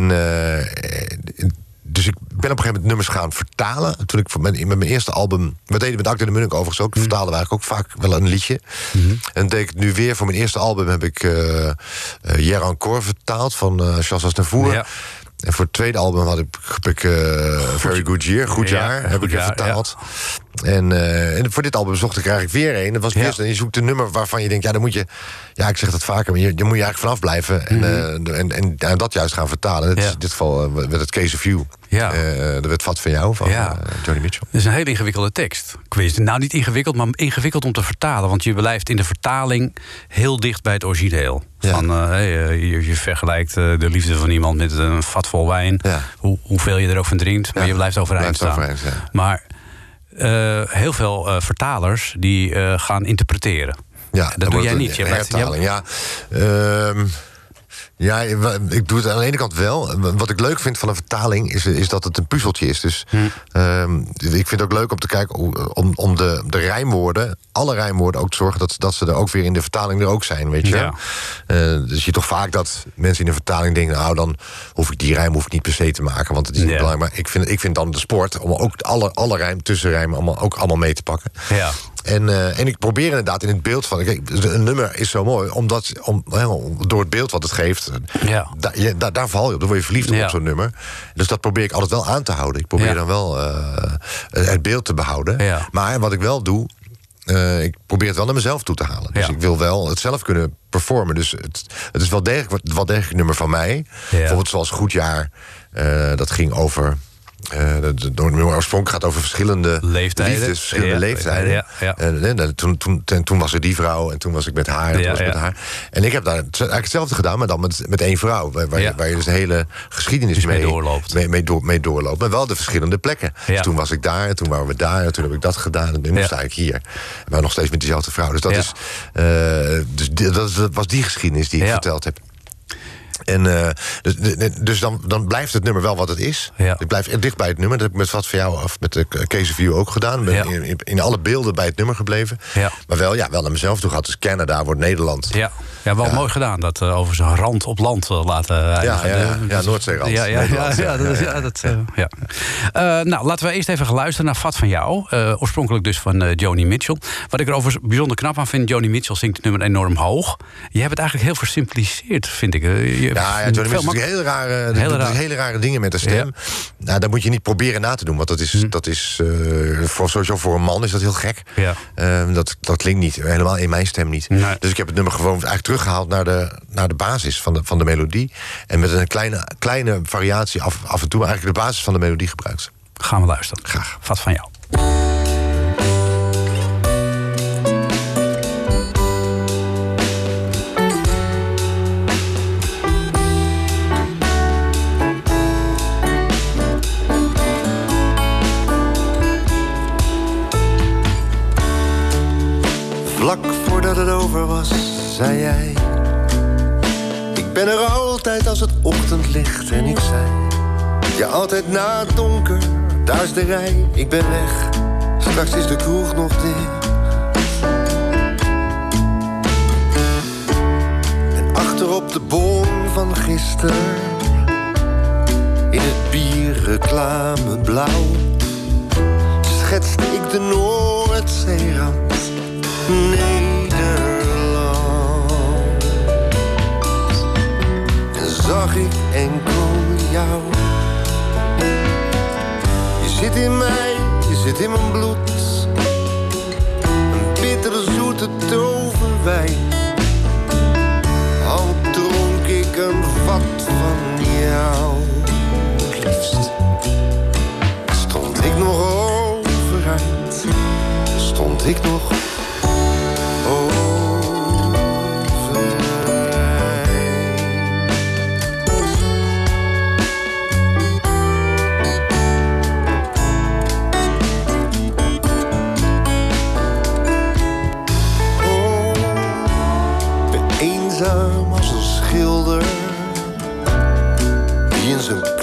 uh, dus ik ben op een gegeven moment nummers gaan vertalen. Toen ik met mijn eerste album... We deden met Acte de Munnik overigens ook. Mm. Vertaalden we eigenlijk ook vaak wel een liedje. Mm-hmm. En deed ik nu weer voor mijn eerste album... heb ik uh, uh, Hier encore vertaald van uh, Charles Aznavour. Ja. En voor het tweede album had ik, heb ik uh, Very Good Year, Goed Jaar, ja, heb ik er vertaald. Ja. En, uh, en voor dit album zocht ik eigenlijk weer een. Dat was het ja. eerste. En je zoekt een nummer waarvan je denkt, ja, dan moet je... Ja, ik zeg dat vaker, maar je, je moet je eigenlijk vanaf blijven. En, mm-hmm. uh, en, en, en dat juist gaan vertalen. Dat ja. is in dit geval uh, werd het Case of You. Ja. Uh, de werd Wat van jou, van ja. uh, Joni Mitchell. Dat is een hele ingewikkelde tekst. Quiz. Nou, niet ingewikkeld, maar ingewikkeld om te vertalen. Want je blijft in de vertaling heel dicht bij het origineel. Ja. Van, uh, hey, je, je vergelijkt uh, de liefde van iemand met een vat vol wijn. Ja. Hoe, hoeveel je er ook van drinkt, maar ja. je blijft overeind blijft staan. Overeind, ja. Maar uh, heel veel uh, vertalers die uh, gaan interpreteren. Ja, dat doe jij niet. Je hertaling, ja. Uh, Ja, ik doe het aan de ene kant wel. Wat ik leuk vind van een vertaling is, is dat het een puzzeltje is. Dus hm. um, ik vind het ook leuk om te kijken om, om de, de rijmwoorden, alle rijmwoorden ook te zorgen dat, dat ze er ook weer in de vertaling er ook zijn, weet je. Ja. Uh, dus je toch vaak dat mensen in de vertaling denken, nou dan hoef ik die rijm hoef ik niet per se te maken, want het is niet ja. belangrijk. Maar ik vind, ik vind dan de sport om ook alle, alle rijm, tussenrijmen allemaal, ook allemaal mee te pakken. Ja. En, uh, en ik probeer inderdaad in het beeld van... Kijk, een nummer is zo mooi, omdat om, door het beeld wat het geeft... Ja. Da, je, da, daar val je op, dan word je verliefd ja. op zo'n nummer. Dus dat probeer ik altijd wel aan te houden. Ik probeer ja. dan wel uh, het beeld te behouden. Ja. Maar wat ik wel doe... Uh, ik probeer het wel naar mezelf toe te halen. Dus ja. ik wil wel het zelf kunnen performen. Dus het, het is wel degelijk, wel degelijk een nummer van mij. Ja. Bijvoorbeeld zoals Goed Jaar. Uh, dat ging over... Uh, de, de oorsprong gaat over verschillende leeftijden. liefdes, verschillende ja, leeftijden. Ja, ja. En, en, toen, toen, ten, toen was er die vrouw en toen was ik met haar en, ja, was ik ja. met haar. En ik heb daar eigenlijk hetzelfde gedaan, maar dan met, met één vrouw. Waar, waar, ja. je, waar je dus de hele geschiedenis dus mee, mee, doorloopt. Mee, mee, door, mee doorloopt. Maar wel de verschillende plekken. Ja. Dus toen was ik daar en toen waren we daar en toen heb ik dat gedaan. En nu ja. sta ik hier. Maar nog steeds met diezelfde vrouw. Dus dat, ja. is, uh, dus die, dat, dat was die geschiedenis die ik ja. verteld heb. En uh, dus, dus dan, dan blijft het nummer wel wat het is. Ja. Ik blijf dicht bij het nummer. Dat heb ik met Wat van jou of met de Case of You ook gedaan. Ben ja. in, in, in alle beelden bij het nummer gebleven. Ja. Maar wel, ja, wel naar mezelf toe gehad. Dus Canada wordt Nederland. Ja, ja wel ja. mooi gedaan. Dat uh, over zijn rand op land uh, laten uh, ja, ja, ja, ja, Noordzeerand. Ja, ja, ja, ja, dat is, ja, dat, uh, ja. Uh, nou, laten we eerst even gaan luisteren naar Wat van jou. Uh, oorspronkelijk dus van uh, Joni Mitchell. Wat ik er overigens bijzonder knap aan vind... Joni Mitchell zingt het nummer enorm hoog. Je hebt het eigenlijk heel versimpliceerd, vind ik. Je ja, ja, Joni Mitchell doet hele rare, hele, rare. hele rare dingen met de stem. Ja. Nou, dat moet je niet proberen na te doen. Want dat is, hm. dat is uh, voor, sowieso voor een man is dat heel gek. Ja. Uh, dat, dat klinkt niet. Helemaal in mijn stem niet. Nee. Dus ik heb het nummer gewoon eigenlijk teruggehaald naar de, naar de basis van de, van de melodie. En met een kleine, kleine variatie af, af en toe eigenlijk de basis van de melodie gebruikt. Gaan we luisteren. Graag. Wat van jou. Vlak voordat het over was, zei jij: ik ben er altijd als het ochtendlicht. En ik zei: ja, altijd na het donker, daar is de rij. Ik ben weg, straks is de kroeg nog dicht. En achter op de bon van gisteren, in het bierreclame blauw, schetste ik de Noordzeerand. Nederland. En zag ik enkel jou. Je zit in mij, je zit in mijn bloed. Een bittere zoete toverwijn. Al dronk ik een vat van jou. Liefst stond ik nog overeind. Stond ik nog overeind.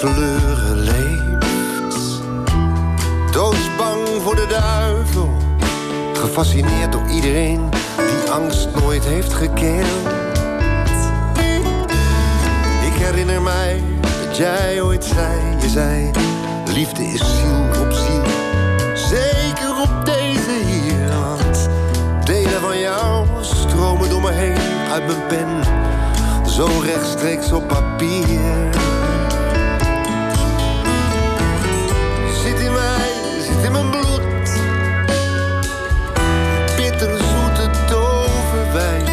kleuren leeft. Doodsbang voor de duivel, gefascineerd door iedereen die angst nooit heeft gekend. Ik herinner mij dat jij ooit zei, je zei, liefde is ziel op ziel, zeker op deze hier. Want delen van jou stromen door me heen uit mijn pen, zo rechtstreeks op papier. Zit in mij, zit in mijn bloed, bitterzoete toverwijn.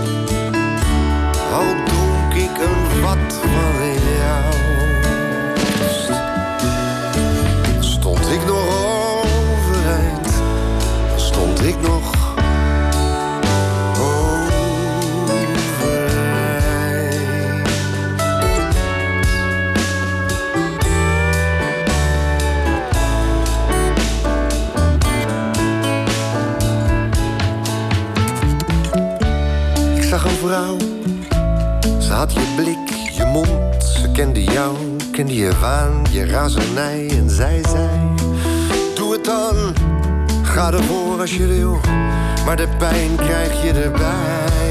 Al dronk ik een vat van jou, stond ik nog overeind, stond ik nog vrouw. Ze had je blik, je mond, ze kende jou, kende je waan, je razernij. En zij zei, doe het dan, ga ervoor als je wil, maar de pijn krijg je erbij.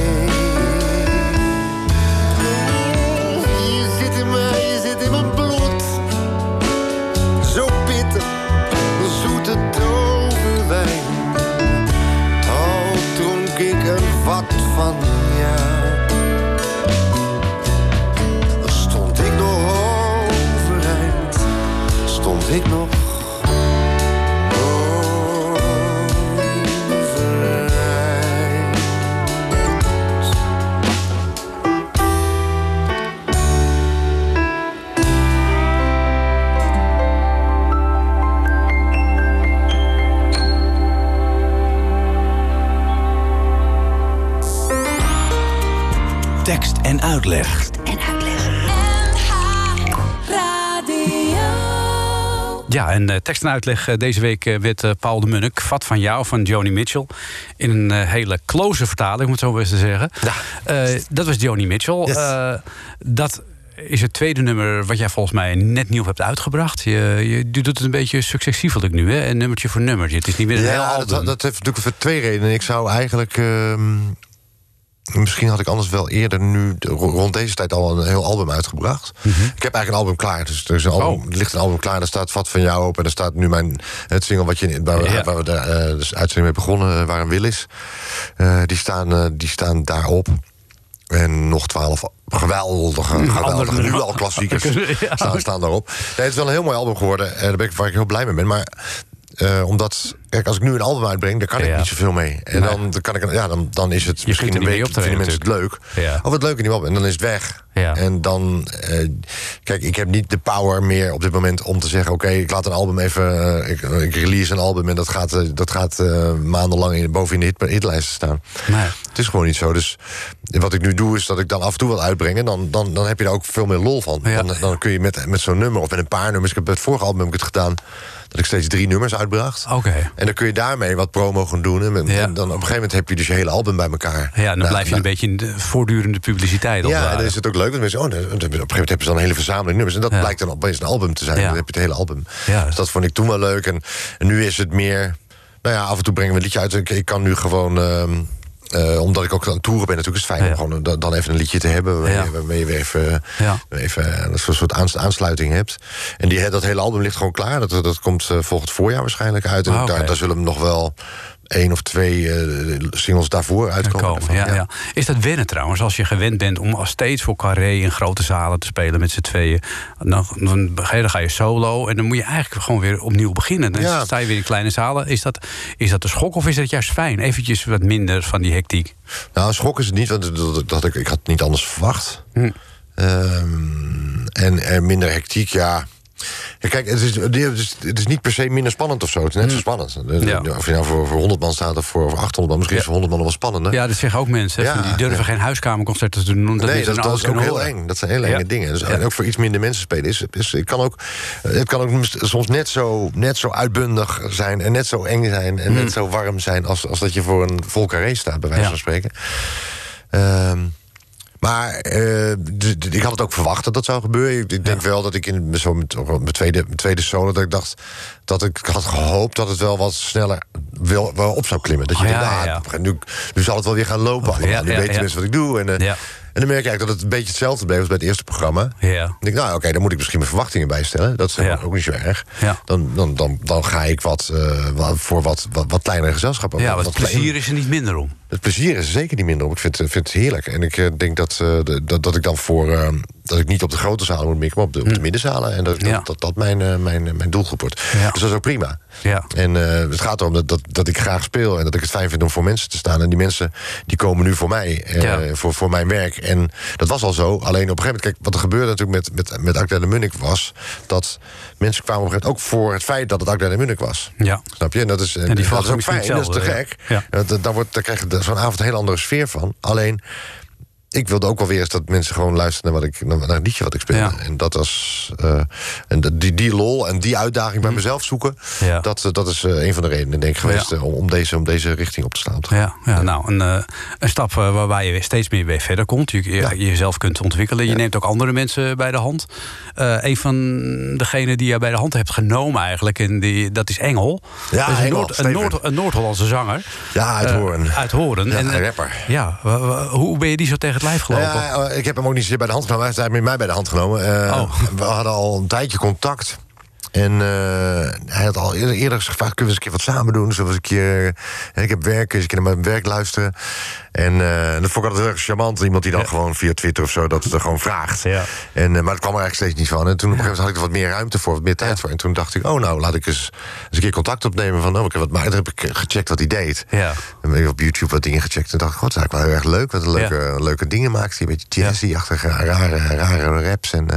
Je zit in mij, je zit in mijn bloed, zo bitter, zoete toverwijn. Al dronk ik een vat van stond ik nog overeind. Tekst en uitleg. Ja, en uh, tekst en uitleg uh, deze week uh, werd uh, Paul de Munnik, Vat van jou, van Joni Mitchell. In een uh, hele close vertaling, om het zo eens te zeggen. Ja. Uh, dat was Joni Mitchell. Yes. Uh, dat is het tweede nummer wat jij volgens mij net nieuw hebt uitgebracht. Je, je doet het een beetje successievelijk nu, hè? Een nummertje voor nummertje. Het is niet meer een ja, heel album. Dat, dat heeft natuurlijk voor twee redenen. Ik zou eigenlijk... Uh, Misschien had ik anders wel eerder nu rond deze tijd al een heel album uitgebracht. Mm-hmm. Ik heb eigenlijk een album klaar. Dus er, is een album, oh. er ligt een album klaar, daar staat Vat van jou op. En daar staat nu mijn, het single wat je, waar, we, ja. waar we de uh, dus uitzending mee begonnen, Waar een Wil is. Uh, die, staan, uh, die staan daarop. En nog twaalf geweldige, geweldige nu al klassiekers ja. staan, staan daarop. Nee, het is wel een heel mooi album geworden. En daar ben ik, waar ik heel blij mee ben. Maar Uh, omdat, kijk, als ik nu een album uitbreng, daar kan ik ja. niet zoveel mee. En nee. dan, dan, kan ik, ja, dan, dan is het je misschien een week, vinden mensen het leuk. Ja. Of het leuk in die album, en dan is het weg. Ja. En dan, uh, kijk, ik heb niet de power meer op dit moment om te zeggen, oké, okay, ik laat een album even, uh, ik, ik release een album en dat gaat, uh, dat gaat uh, maandenlang in, boven in de hit, hitlijsten staan. Nee. Het is gewoon niet zo. Dus wat ik nu doe, is dat ik dan af en toe wil uitbrengen. Dan, dan, dan heb je er ook veel meer lol van. Ja. Dan, dan kun je met, met zo'n nummer of met een paar nummers, ik heb bij het vorige album heb ik het gedaan, dat ik steeds drie nummers uitbracht. Okay. En dan kun je daarmee wat promo gaan doen. En, ja. en dan op een gegeven moment heb je dus je hele album bij elkaar. Ja, dan nou, blijf je nou, een beetje in de voortdurende publiciteit. Ja, en dan is het ook leuk. Want mensen, oh, op een gegeven moment hebben ze dan een hele verzameling nummers. En dat ja. blijkt dan opeens een album te zijn. Ja. Dan heb je het hele album. Ja. Dus dat vond ik toen wel leuk. En, en nu is het meer, nou ja, af en toe brengen we een liedje uit. Ik, ik kan nu gewoon... Um, Uh, omdat ik ook aan het toeren ben, natuurlijk is het fijn ja. om gewoon dan even een liedje te hebben waarmee, ja. waarmee je weer even, ja. even een soort aansluiting hebt. En die, dat hele album ligt gewoon klaar. Dat, dat komt uh, volgend voorjaar waarschijnlijk uit. En oh, okay. daar, daar zullen nog wel één of twee uh, singles daarvoor uitkomen. Komen, ja, ja. Ja. Is dat wennen trouwens, als je gewend bent om steeds voor Carré in grote zalen te spelen met z'n tweeën? Dan, dan, dan ga je solo en dan moet je eigenlijk gewoon weer opnieuw beginnen. Dan ja. sta je weer in kleine zalen. Is dat, is dat een schok of is dat juist fijn? Eventjes wat minder van die hectiek. Nou, een schok is het niet, want dat, dat ik, ik had het niet anders verwacht. Hm. Um, en, en minder hectiek, ja. Ja, kijk, het is, het is niet per se minder spannend of zo. Het is net zo spannend. Ja. Of je nou voor, voor honderd man staat of voor, voor achthonderd man. Misschien ja. is voor honderd man nog wel spannender. Ja, dat zeggen ook mensen. Ja. Die durven ja. geen huiskamerconcerten te doen. Nee, dat, dat is ook heel eng. Dat zijn hele enge ja. dingen. Dus, ja. En ook voor iets minder mensen spelen. Is, is, het, kan ook, het kan ook soms net zo, net zo uitbundig zijn. En net zo eng zijn. En mm. net zo warm zijn. Als, als dat je voor een vol carré staat, bij wijze ja. van spreken. Um, Maar uh, d- d- ik had het ook verwacht dat dat zou gebeuren. Ik, ik denk ja. wel dat ik in zo mijn tweede, mijn tweede solo... dat ik dacht dat ik had gehoopt dat het wel wat sneller wel, wel op zou klimmen. Dat je oh, denkt, ja, nou, ja. Nu, nu zal het wel weer gaan lopen. Oh, ja, nu ja, weet je ja. mensen wat ik doe. En, uh, ja. en dan merk je eigenlijk dat het een beetje hetzelfde bleef als bij het eerste programma. Ja. Dan denk ik, nou oké, okay, dan moet ik misschien mijn verwachtingen bijstellen. Dat is ja. ook niet zo erg. Ja. Dan, dan, dan, dan ga ik wat, uh, voor wat, wat, wat kleinere gezelschappen. Ja, wat, wat plezier klein... is er niet minder om. Het plezier is er zeker niet minder om. Ik vind, vind het heerlijk. En ik uh, denk dat, uh, dat, dat ik dan voor... Uh, dat ik niet op de grote zalen moet mikken, maar op de, op de middenzalen. En dat ja. dat, dat, dat mijn, uh, mijn, mijn doelgroep wordt. Ja. Dus dat is ook prima. Ja. En uh, het gaat erom dat, dat, dat ik graag speel... en dat ik het fijn vind om voor mensen te staan. En die mensen die komen nu voor mij, uh, ja. voor, voor mijn werk. En dat was al zo. Alleen op een gegeven moment... Kijk, wat er gebeurde natuurlijk met, met, met Akda de Munnik was... dat mensen kwamen op een gegeven moment ook voor het feit... dat het Akda de Munnik was. Ja. Snap je? En dat is, en die dat is ook fijn, dat is te gek. Ja. Ja. Dan, dan, wordt, dan krijg je zo'n avond een hele andere sfeer van. Alleen... ik wilde ook wel weer eens dat mensen gewoon luisteren naar, wat ik, naar het liedje wat ik speelde. Ja. En dat was uh, en die, die lol en die uitdaging bij mezelf zoeken... Ja. Dat, dat is uh, een van de redenen, denk ik, geweest... Ja. om, om, deze, om deze richting op te slaan. Te ja, ja, nou, een, uh, een stap uh, waarbij je weer steeds meer weer verder komt. Je, je, ja. je jezelf kunt ontwikkelen. Je ja. neemt ook andere mensen bij de hand. Uh, een van degenen die je bij de hand hebt genomen eigenlijk... En die, dat is Engel. Ja, dat is een, Engel, Noord, een, Noord, een Noord-Hollandse zanger. Ja, uit Hoorn. Uh, uit Hoorn. Ja, en, een rapper. Ja, w- w- hoe ben je die zo tegen het lijf gelopen? Ja, ik heb hem ook niet zozeer bij de hand genomen. Hij heeft mij bij de hand genomen. Uh, oh. We hadden al een tijdje contact. En uh, hij had al eerder, eerder gevraagd... kunnen we eens een keer wat samen doen? Zoals een keer... Uh, ik heb werk, eens een keer naar mijn werk luisteren. En uh, dat vond ik altijd heel erg charmant. Iemand die dan ja. gewoon via Twitter of zo... dat het er gewoon vraagt. Ja. En, uh, maar het kwam er eigenlijk steeds niet van. En toen op een gegeven moment had ik er wat meer ruimte voor. Wat meer tijd ja. voor. En toen dacht ik, oh nou, laat ik eens, eens een keer contact opnemen. Van, oh, ik heb wat, maar toen heb ik gecheckt wat hij deed. Ja. En ben ik op YouTube wat dingen gecheckt. En dacht ik, god, dat is eigenlijk wel heel erg leuk. Wat een leuke, ja. leuke dingen maakt. Die een beetje jazzy-achtige, rare, rare raps. En... Uh,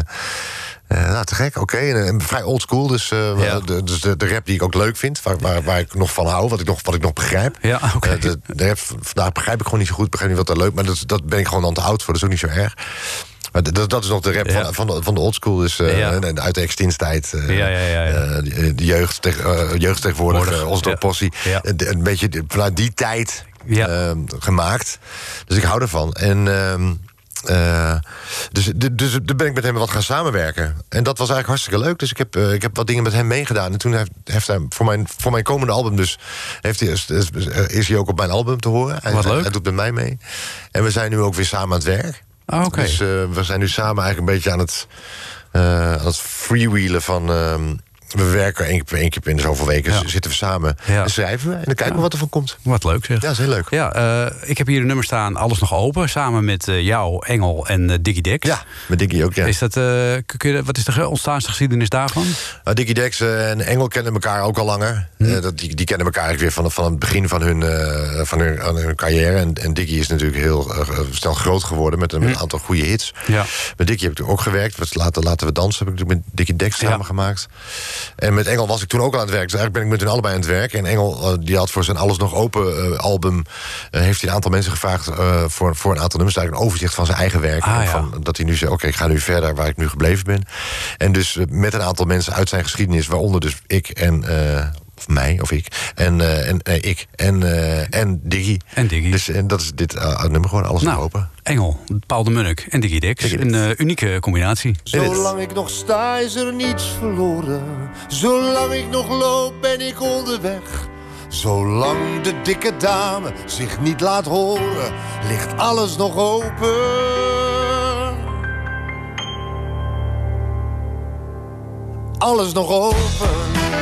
Uh, nou, te gek, oké. Okay. En, en vrij oldschool, dus, uh, ja. de, dus de, de rap die ik ook leuk vind... waar, waar, waar ik nog van hou, wat ik nog, wat ik nog begrijp. Ja, okay. uh, de, de rap vandaag begrijp ik gewoon niet zo goed, begrijp niet wat er leuk... maar dat, dat ben ik gewoon dan te oud voor, dat is ook niet zo erg. Maar dat, dat is nog de rap ja. van, van, de, van de oldschool, dus uh, ja. uit de extinstijd. Uh, ja, ja, ja, ja. Uh, de, de jeugd, tegen, uh, jeugd tegenwoordig, uh, Osdorp Possie. Ja. Uh, een beetje vanuit die tijd ja. uh, gemaakt. Dus ik hou ervan. En... Uh, Uh, dus, dus daar ben ik met hem wat gaan samenwerken. En dat was eigenlijk hartstikke leuk. Dus ik heb, uh, ik heb wat dingen met hem meegedaan. En toen heeft, heeft hij voor mijn, voor mijn komende album dus... Heeft hij, is, is hij ook op mijn album te horen. Hij, wat leuk. Hij doet met mij mee. En we zijn nu ook weer samen aan het werk. Oh, okay. Dus uh, we zijn nu samen eigenlijk een beetje aan het... Uh, aan het freewheelen van... Uh, we werken één keer, één keer in de zoveel weken, ja. zitten we samen ja. en schrijven we. En dan kijken we ja. wat er van komt. Wat leuk zeg. Ja, dat is heel leuk. Ja, uh, ik heb hier een nummer staan, Alles nog open. Samen met uh, jou, Engel en uh, Dickie Dex. Ja, met Dickie ook, ja. Is dat, uh, kun je, wat is de ontstaansgeschiedenis daarvan? Uh, Dickie Dex uh, en Engel kennen elkaar ook al langer. Hm. Uh, dat, die, die kennen elkaar eigenlijk weer van, van het begin van hun, uh, van hun, uh, hun carrière. En, en Dickie is natuurlijk heel uh, snel groot geworden met een, hm. met een aantal goede hits. Ja. Met Dickie heb ik ook gewerkt. Laten, laten we dansen heb ik natuurlijk met Dickie Dex samen ja. gemaakt. En met Engel was ik toen ook al aan het werk. Dus eigenlijk ben ik met hun allebei aan het werk. En Engel, uh, die had voor zijn Alles nog open uh, album... Uh, heeft hij een aantal mensen gevraagd uh, voor, voor een aantal nummers. Eigenlijk een overzicht van zijn eigen werk. Ah, ja. van, dat hij nu zegt, oké, okay, ik ga nu verder waar ik nu gebleven ben. En dus uh, met een aantal mensen uit zijn geschiedenis... waaronder dus ik en... Uh, of mij, of ik. En, uh, en uh, ik. En, uh, en Diggy. En Diggy. Dus en dat is dit uh, nummer gewoon, Alles nou, nog open. Engel, Paul de Munnik en Dickie Dex. Dickie Dex. Een uh, unieke combinatie. Zolang ik nog sta is er niets verloren. Zolang ik nog loop ben ik onderweg. Zolang de dikke dame zich niet laat horen, ligt alles nog open. Alles nog open.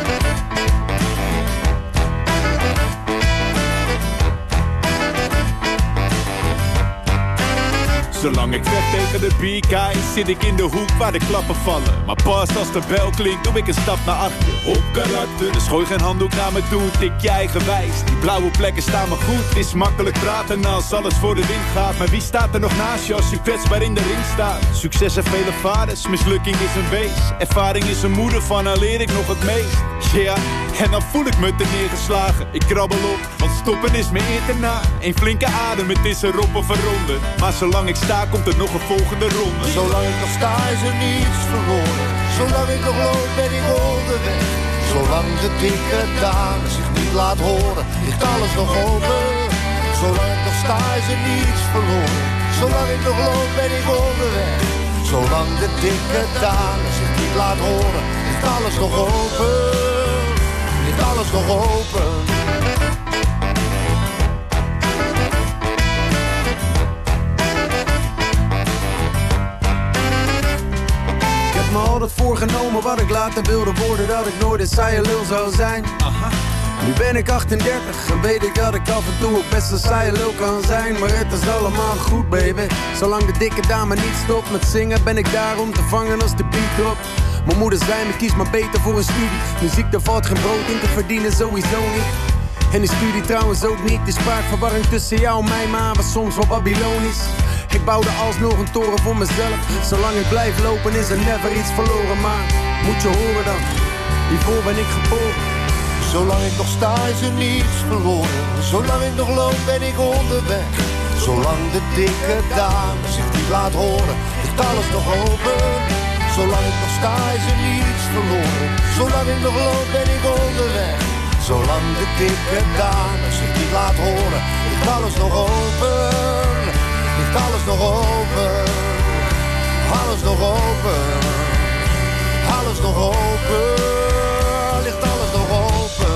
Zolang ik vecht tegen de B-guys, zit ik in de hoek waar de klappen vallen. Maar pas als de bel klinkt, doe ik een stap naar achter. Op karakter, dus gooi geen handdoek naar me toe, tik je eigenwijs. Die blauwe plekken staan me goed, het is makkelijk praten als alles voor de wind gaat. Maar wie staat er nog naast je als je kwetsbaar in de ring staat? Succes heeft vele vaders, mislukking is een wees. Ervaring is een moeder, van haar leer ik nog het meest. Ja, yeah. En dan voel ik me te neergeslagen. Ik krabbel op, want stoppen is me eer te na. Een flinke adem, het is erop of een ronde. Maar zolang ik sta, komt er nog een volgende ronde. Zolang ik nog sta, is er niets verloren. Zolang ik nog loop, ben ik onderweg. Zolang de dikke dame zich niet laat horen, ligt alles nog open. Zolang ik nog sta, is er niets verloren. Zolang ik nog loop ben ik onderweg. Zolang de dikke Daan zich niet laat horen, ligt alles nog open. Ligt alles nog open. Ik heb me altijd voorgenomen wat ik later wilde worden, dat ik nooit een saaie lul zou zijn. Aha. Nu ben ik achtendertig en weet ik dat ik af en toe ook best een saaie lul kan zijn. Maar het is allemaal goed, baby. Zolang de dikke dame niet stopt met zingen, ben ik daar om te vangen als de beat dropt. Mijn moeder zei me, kies maar beter voor een studie. Muziek, daar valt geen brood in te verdienen, sowieso niet. En de studie trouwens ook niet. De spraakverwarring tussen jou en mij, maar was soms wel babylonisch. Ik bouwde alsnog een toren voor mezelf. Zolang ik blijf lopen is er never iets verloren. Maar moet je horen dan, hiervoor ben ik geboren. Zolang ik nog sta is er niets verloren. Zolang ik nog loop ben ik onderweg. Zolang de dikke dame zich niet laat horen, ligt alles nog open. Zolang ik nog sta is er niets verloren. Zolang ik nog loop ben ik onderweg. Zolang de dikke dame zich niet laat horen, ligt alles nog open. Ligt alles nog open. Alles nog open. Alles nog open. Ligt alles nog open.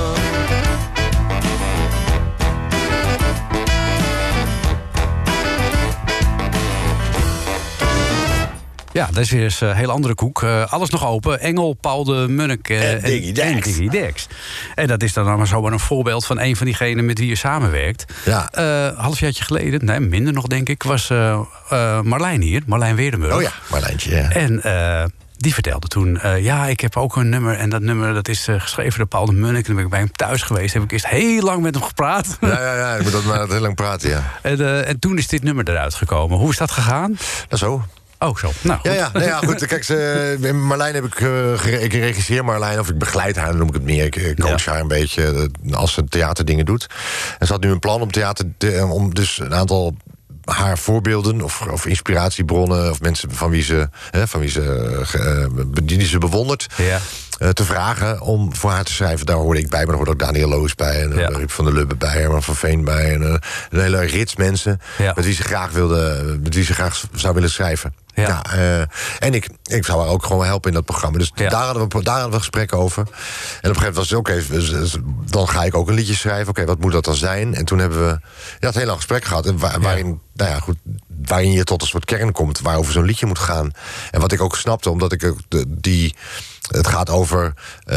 Ja, dat is weer eens een heel andere koek. Uh, alles nog open. Engel, Paul de Munnik uh, en Diggy Dex. En Diggy Dex. En dat is dan maar zomaar een voorbeeld van een van diegenen met wie je samenwerkt. Ja. Uh, halfjaartje geleden, nee, minder nog denk ik, was uh, uh, Marlijn hier. Marlijn Weerdenburg. Oh ja, Marlijntje, ja. En uh, die vertelde toen, uh, ja, ik heb ook een nummer. En dat nummer dat is uh, geschreven door Paul de Munnik. En dan ben ik bij hem thuis geweest. Heb ik eerst heel lang met hem gepraat. Ja, ja, ja, ik moet dat maar heel lang praten, ja. En, uh, en toen is dit nummer eruit gekomen. Hoe is dat gegaan? Dat zo. Oh, zo. Nou, goed. Ja, ja, nou ja, goed. Kijk, ze, Marlijn heb ik, uh, gere- ik regisseer Marlijn, of ik begeleid haar, dan noem ik het meer. Ik coach ja. haar een beetje uh, als ze theaterdingen doet. En ze had nu een plan om theater, de, om dus een aantal haar voorbeelden of, of inspiratiebronnen of mensen van wie ze, hè, van wie ze, uh, die ze bewondert. Ja. Uh, te vragen om voor haar te schrijven. Daar hoorde ik bij, maar daar hoorde ook Daniel Loos bij. En ja. Ruud van der Lubbe bij, Herman van Veen bij. En uh, een hele rits mensen ja. met wie ze graag wilde, met wie ze graag zou willen schrijven. Ja. Ja, uh, en ik, ik zou haar ook gewoon helpen in dat programma. Dus ja. daar, hadden we, daar hadden we gesprekken over. En op een gegeven moment was het oké, okay, dan ga ik ook een liedje schrijven. Oké, okay, wat moet dat dan zijn? En toen hebben we ja, het heel lang gesprek gehad. En waar, waarin, ja. nou ja, goed, waarin je tot een soort kern komt waarover zo'n liedje moet gaan. En wat ik ook snapte, omdat ik de, die... Het gaat over,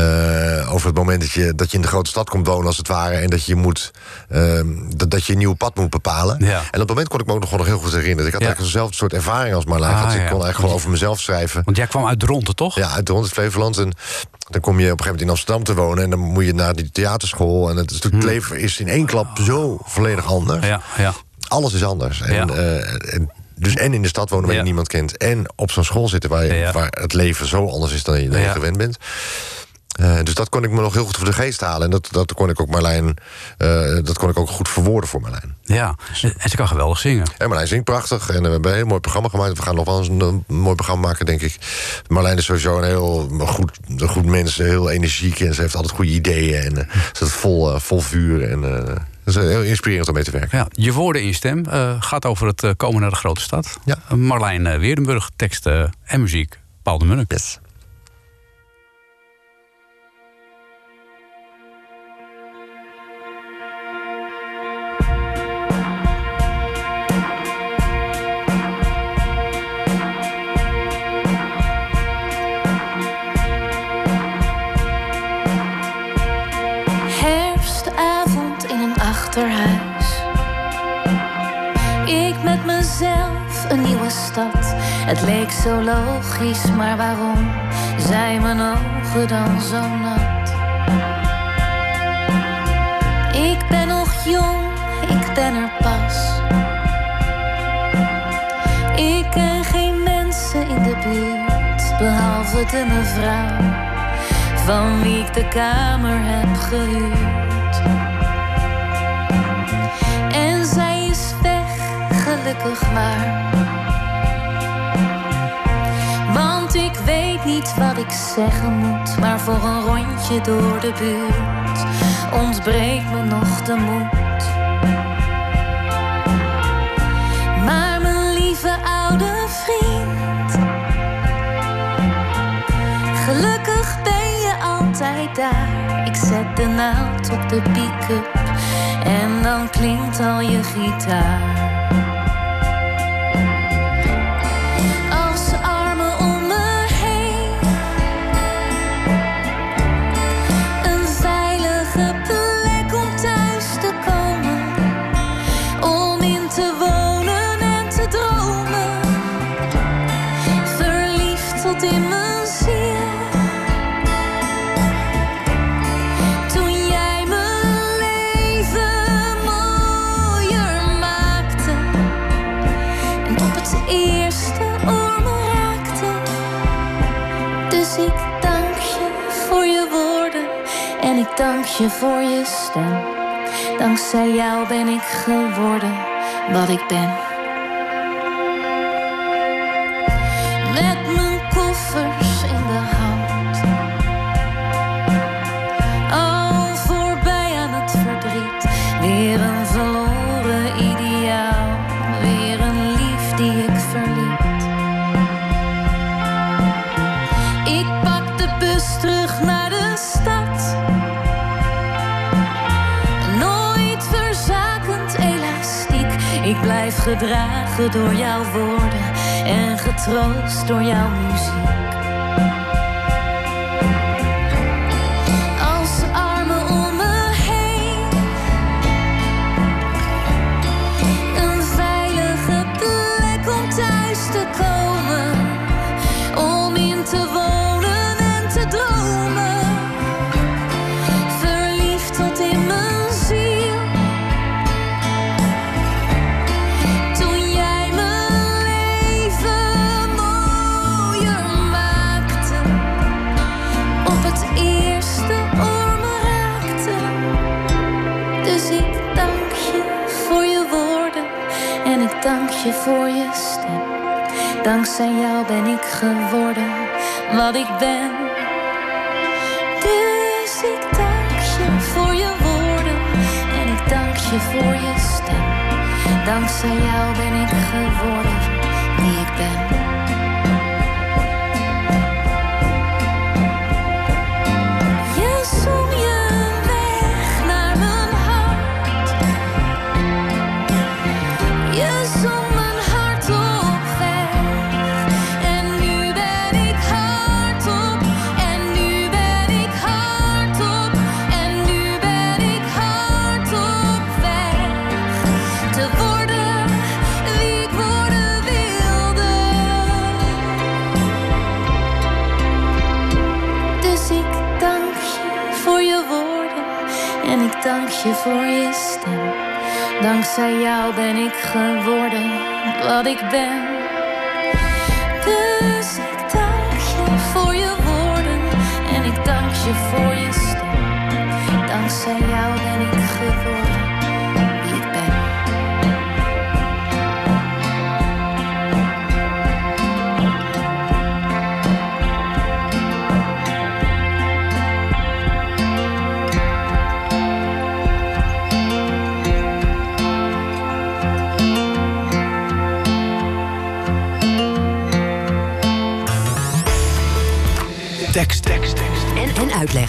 uh, over het moment dat je, dat je in de grote stad komt wonen, als het ware. En dat je moet uh, dat, dat je een nieuw pad moet bepalen. Ja. En op dat moment kon ik me ook nog, nog heel goed herinneren. Ik had ja. eigenlijk dezelfde soort ervaring als Marlijn. Ah, dus ik kon ja. eigenlijk gewoon over mezelf schrijven. Want jij kwam uit Dronten, toch? Ja, uit Dronten, Flevoland. En dan kom je op een gegeven moment in Amsterdam te wonen. En dan moet je naar die theaterschool. En het, is, het hmm. leven is in één klap zo volledig anders. Ja, ja. Alles is anders. En, ja. uh, en Dus en in de stad wonen waar ja. je niemand kent. En op zo'n school zitten waar, je, ja. waar het leven zo anders is dan je, dan je ja. gewend bent. Uh, dus dat kon ik me nog heel goed voor de geest halen. En dat, dat kon ik ook Marlijn, uh, dat kon ik ook goed verwoorden voor Marlijn. Ja, en ze kan geweldig zingen. En Marlijn zingt prachtig. En we hebben een heel mooi programma gemaakt. We gaan nog wel eens een, een mooi programma maken, denk ik. Marlijn is sowieso een heel goed, een goed mens. Heel energiek. En ze heeft altijd goede ideeën. En uh, ze zit vol, uh, vol vuur. En uh, dat is heel inspirerend om mee te werken. Ja, je woorden in stem uh, gaat over het uh, komen naar de grote stad. Ja. Marlijn uh, Weerdenburg, teksten uh, en muziek. Paul de Munnik. Yes. Achterhuis. Ik met mezelf, een nieuwe stad. Het leek zo logisch, maar waarom zijn mijn ogen dan zo nat? Ik ben nog jong, ik ben er pas. Ik ken geen mensen in de buurt, behalve de mevrouw van wie ik de kamer heb gehuurd. En zij is weg, gelukkig maar. Want ik weet niet wat ik zeggen moet, maar voor een rondje door de buurt ontbreekt me nog de moed. Maar mijn vriend. Gelukkig ben je altijd daar. Ik zet de naald op de pick-up en dan klinkt al je gitaar. Als armen om me heen, een veilige plek om thuis te komen, om in te wonen en te dromen, verliefd tot in mijn ziel. En ik dank je voor je stem. Dankzij jou ben ik geworden wat ik ben. Met mijn koffers in de hand, al voorbij aan het verdriet. Weer een verloren ideaal, weer een lief die ik verliet. Ik pak de bus terug naar de stad. Ik blijf gedragen door jouw woorden en getroost door jouw muziek. Als armen om me heen, een veilige plek om thuis te komen, om in te wonen en te dromen, verliefd tot in mijn ziel. Dank je voor je stem. Dankzij jou ben ik geworden wat ik ben. Dus ik dank je voor je woorden en ik dank je voor je stem. Dankzij jou ben ik geworden wie ik ben. Dank je voor je stem. Dankzij jou ben ik geworden wat ik ben. Dus ik dank je voor je woorden en ik dank je voor je stem. Dankzij jou ben ik geworden wie ik ben. Tekst, tekst, tekst. En, en uitleg.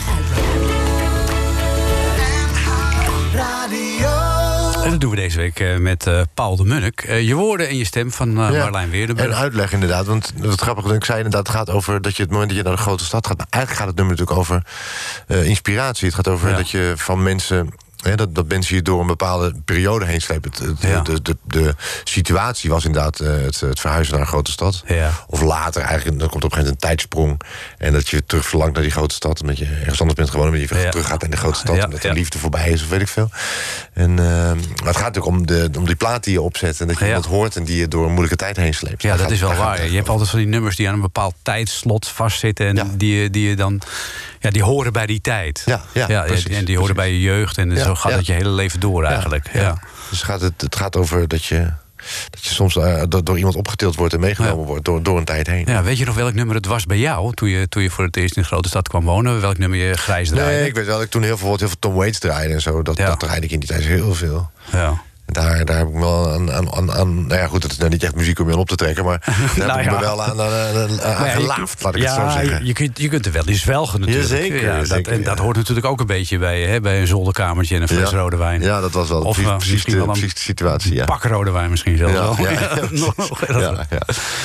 En dat doen we deze week uh, met uh, Paul de Munnik. Uh, je woorden en je stem van uh, ja. Marlijn Weerdenburg. En uitleg inderdaad, want wat grappig, ik zei inderdaad, het gaat over dat je het moment dat je naar de grote stad gaat. Maar eigenlijk gaat het nummer natuurlijk over uh, inspiratie. Het gaat over ja. dat je van mensen. He, dat, dat mensen je door een bepaalde periode heen slepen. Het, het, ja. de, de, de situatie was inderdaad uh, het, het verhuizen naar een grote stad. Ja. Of later eigenlijk, dan komt op een gegeven moment een tijdsprong. En dat je terug verlangt naar die grote stad. Omdat je ergens anders bent gewonnen. Maar je ja. terug gaat in de grote stad. Ja. Omdat de ja. liefde voorbij is of weet ik veel. En, uh, maar het gaat natuurlijk om, de, om die plaat die je opzet. En dat je ja. iemand hoort en die je door een moeilijke tijd heen sleept. Ja, daar dat gaat, is wel waar. Je hebt altijd van die nummers die aan een bepaald tijdslot vastzitten. En ja. die, die je dan... Ja, die horen bij die tijd. Ja, ja, ja precies, en die horen precies. bij je jeugd. En ja, zo gaat ja. het je hele leven door eigenlijk. Ja, ja. Ja. Dus gaat het, het gaat over dat je, dat je soms uh, door, door iemand opgetild wordt en meegenomen ja. wordt door, door een tijd heen. Ja, weet je nog welk nummer het was bij jou toen je, toen je voor het eerst in de grote stad kwam wonen? Welk nummer je grijs draaide? Nee, ik weet wel dat ik toen heel veel, heel veel Tom Waits draaide en zo. Dat, ja. dat draaide ik in die tijd heel veel. Ja. En daar, daar heb ik me wel aan, aan, aan, aan... Nou ja, goed, het is nou niet echt muziek om je aan op te trekken... maar daar Nou heb ik ja. me wel aan, aan, aan, aan Maar ja, je gelaafd, kunt- laat ik ja, het zo zeggen. Je, je, kunt, je kunt er wel eens welgen natuurlijk. Jazeker, Ja, dat, zeker, en dat ja. hoort natuurlijk ook een beetje bij, hè, bij een zolderkamertje en een fles Ja. rode wijn. Ja, dat was wel Of, precies, uh, precies, misschien de, wel een precies de situatie, ja. Pak rode wijn misschien zelfs Ja, wel. ja, ja, nog, nog, ja, ja.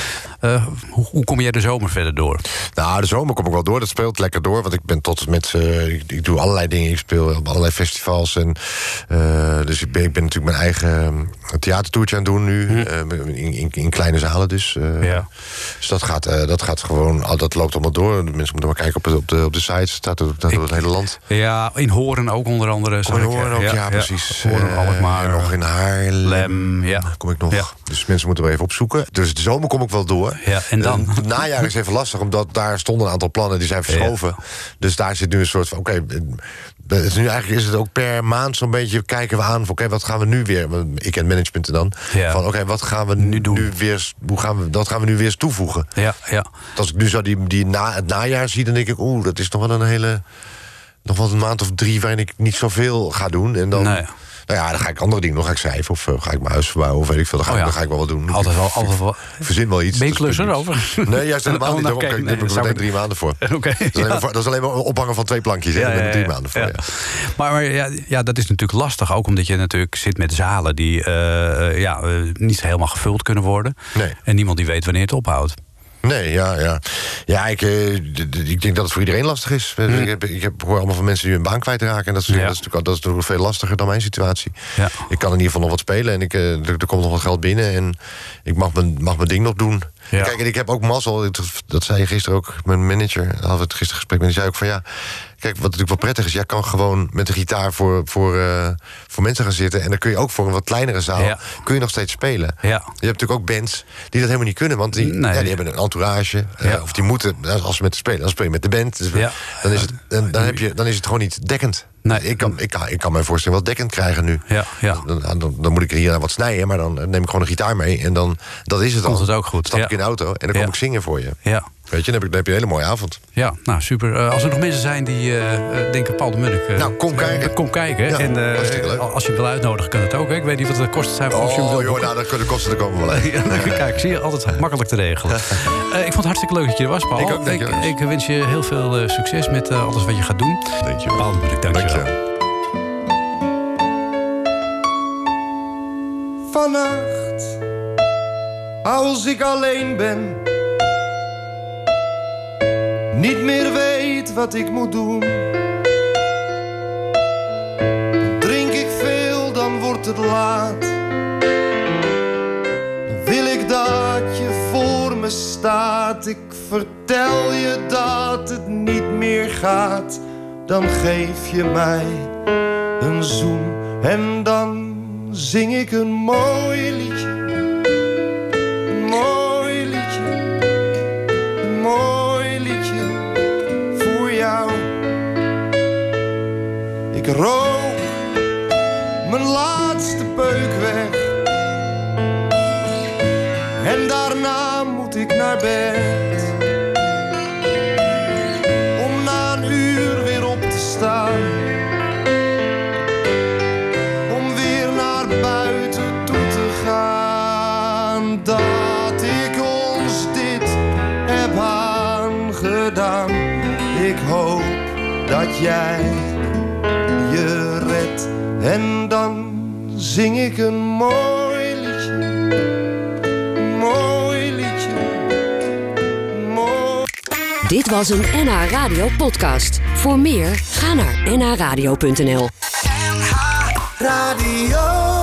Uh, hoe, hoe kom jij de zomer verder door? Nou, de zomer kom ik wel door. Dat speelt lekker door. Want ik ben tot met... Uh, ik, ik doe allerlei dingen. Ik speel op allerlei festivals. En, uh, dus ik ben, ik ben natuurlijk mijn eigen theatertoertje aan het doen nu. Hm. Uh, in, in, in kleine zalen dus. Uh, ja. Dus dat gaat, uh, dat gaat gewoon... Oh, dat loopt allemaal door. De mensen moeten maar kijken op, het, op, de, op de site. Het staat door het hele land. Ja, in Hoorn ook onder andere. Oh, in Hoorn ook, ja, ja precies. Hoorn, uh, Alkmaar. Nog in Haarlem. Ja. Kom ik nog. Ja. Dus mensen moeten wel even opzoeken. Dus de zomer kom ik wel door. Ja, en dan? Uh, het najaar is even lastig, omdat daar stonden een aantal plannen die zijn verschoven. Ja. Dus daar zit nu een soort van, oké, okay, nu eigenlijk is het ook per maand zo'n beetje kijken we aan van, oké, okay, wat gaan we nu weer? Ik ken management dan. Ja. Van, oké, okay, wat gaan we nu, doen? nu weer? Hoe gaan we? Dat gaan we nu weer eens toevoegen. Ja, ja. Als ik nu zo die, die na, het najaar zie, dan denk ik, oeh, dat is nog wel een hele, nog wel een maand of drie waarin ik niet zoveel ga doen. En dan. Nee. Nou ja, dan ga ik andere dingen nog. Ga ik schrijven of uh, ga ik mijn huis verbouwen of weet ik veel. Dan ga, oh ja. ik, dan ga ik wel wat doen. Altijd wel. Altijd wel. Ik verzin wel iets. Ben je klusser over? Nee, juist helemaal niet. Daar okay, heb nee, ik meteen ik... drie maanden voor. Okay, dat, is ja. voor. Dat is alleen maar ophangen van twee plankjes. Ja, ja, daar ben ik drie ja, maanden voor. Ja. Ja. Maar, maar ja, ja, dat is natuurlijk lastig. Ook omdat je natuurlijk zit met zalen die uh, ja, uh, niet helemaal gevuld kunnen worden. Nee. En niemand die weet wanneer het ophoudt. Nee, ja, ja. Ja, ik, uh, ik denk dat het voor iedereen lastig is. Hmm. Ik, heb, ik heb, hoor allemaal van mensen die hun baan kwijtraken. En dat is, ja. dat, is natuurlijk, dat is natuurlijk veel lastiger dan mijn situatie. Ja. Ik kan in ieder geval nog wat spelen. En ik, uh, er, er komt nog wat geld binnen. En ik mag mijn, mag mijn ding nog doen. Ja. Kijk, en ik heb ook mazzel. Dat zei je gisteren ook. Mijn manager, hadden we het gisteren gesprek met. Die zei ook van ja... Kijk, wat natuurlijk wel prettig is, jij kan gewoon met de gitaar voor, voor, uh, voor mensen gaan zitten. En dan kun je ook voor een wat kleinere zaal ja. kun je nog steeds spelen. Ja. Je hebt natuurlijk ook bands die dat helemaal niet kunnen. Want die, nee. ja, die hebben een entourage. Ja. Uh, of die moeten, als ze met de spelen, dan speel je met de band. Dus ja. dan, is het, dan, dan, heb je, dan is het gewoon niet dekkend. Nee. Ik, kan, ik, kan, ik kan mijn voorstelling wel dekkend krijgen nu. Ja, ja. Dan, dan, dan moet ik er hier wat snijden, maar dan neem ik gewoon een gitaar mee. En dan, dat is het Komt al. het ook goed. Stap ja. ik in de auto en dan kom ja. ik zingen voor je. Ja. Weet je, dan heb, ik, dan heb je een hele mooie avond. Ja, nou super. Uh, als er nog mensen zijn die uh, denken, Paul de Munnik... Uh, nou, kom kijken. Uh, kom kijken. Ja, en uh, als je hem wil uitnodigen, kan het ook. Hè? Ik weet niet wat de kosten zijn. Oh, of je hem wil joh, nou, dat kunnen de kosten er komen wel uit. Kijk, zie je, altijd makkelijk te regelen. uh, ik vond het hartstikke leuk dat je er was, Paul. Ik, ook, ik, ik wens je heel veel uh, succes met uh, alles wat je gaat doen. Dank je wel. Paul de Munnik, dank, dank je wel. Vannacht, als ik alleen ben, niet meer weet wat ik moet doen, drink ik veel, dan wordt het laat. Dan wil ik dat je voor me staat. Ik vertel je dat het niet meer gaat. Dan geef je mij een zoen en dan zing ik een mooi liedje. Een mooi liedje. Een mooi liedje voor jou. Ik rook mijn laatste peuk weg. En daarna moet ik naar bed. Om na een uur weer op te staan. Dat ik ons dit heb aangedaan. Ik hoop dat jij je redt. En dan zing ik een mooi liedje. Een mooi liedje. Een mooi... Dit was een N H Radio podcast. Voor meer, ga naar n h radio punt n l. N H Radio.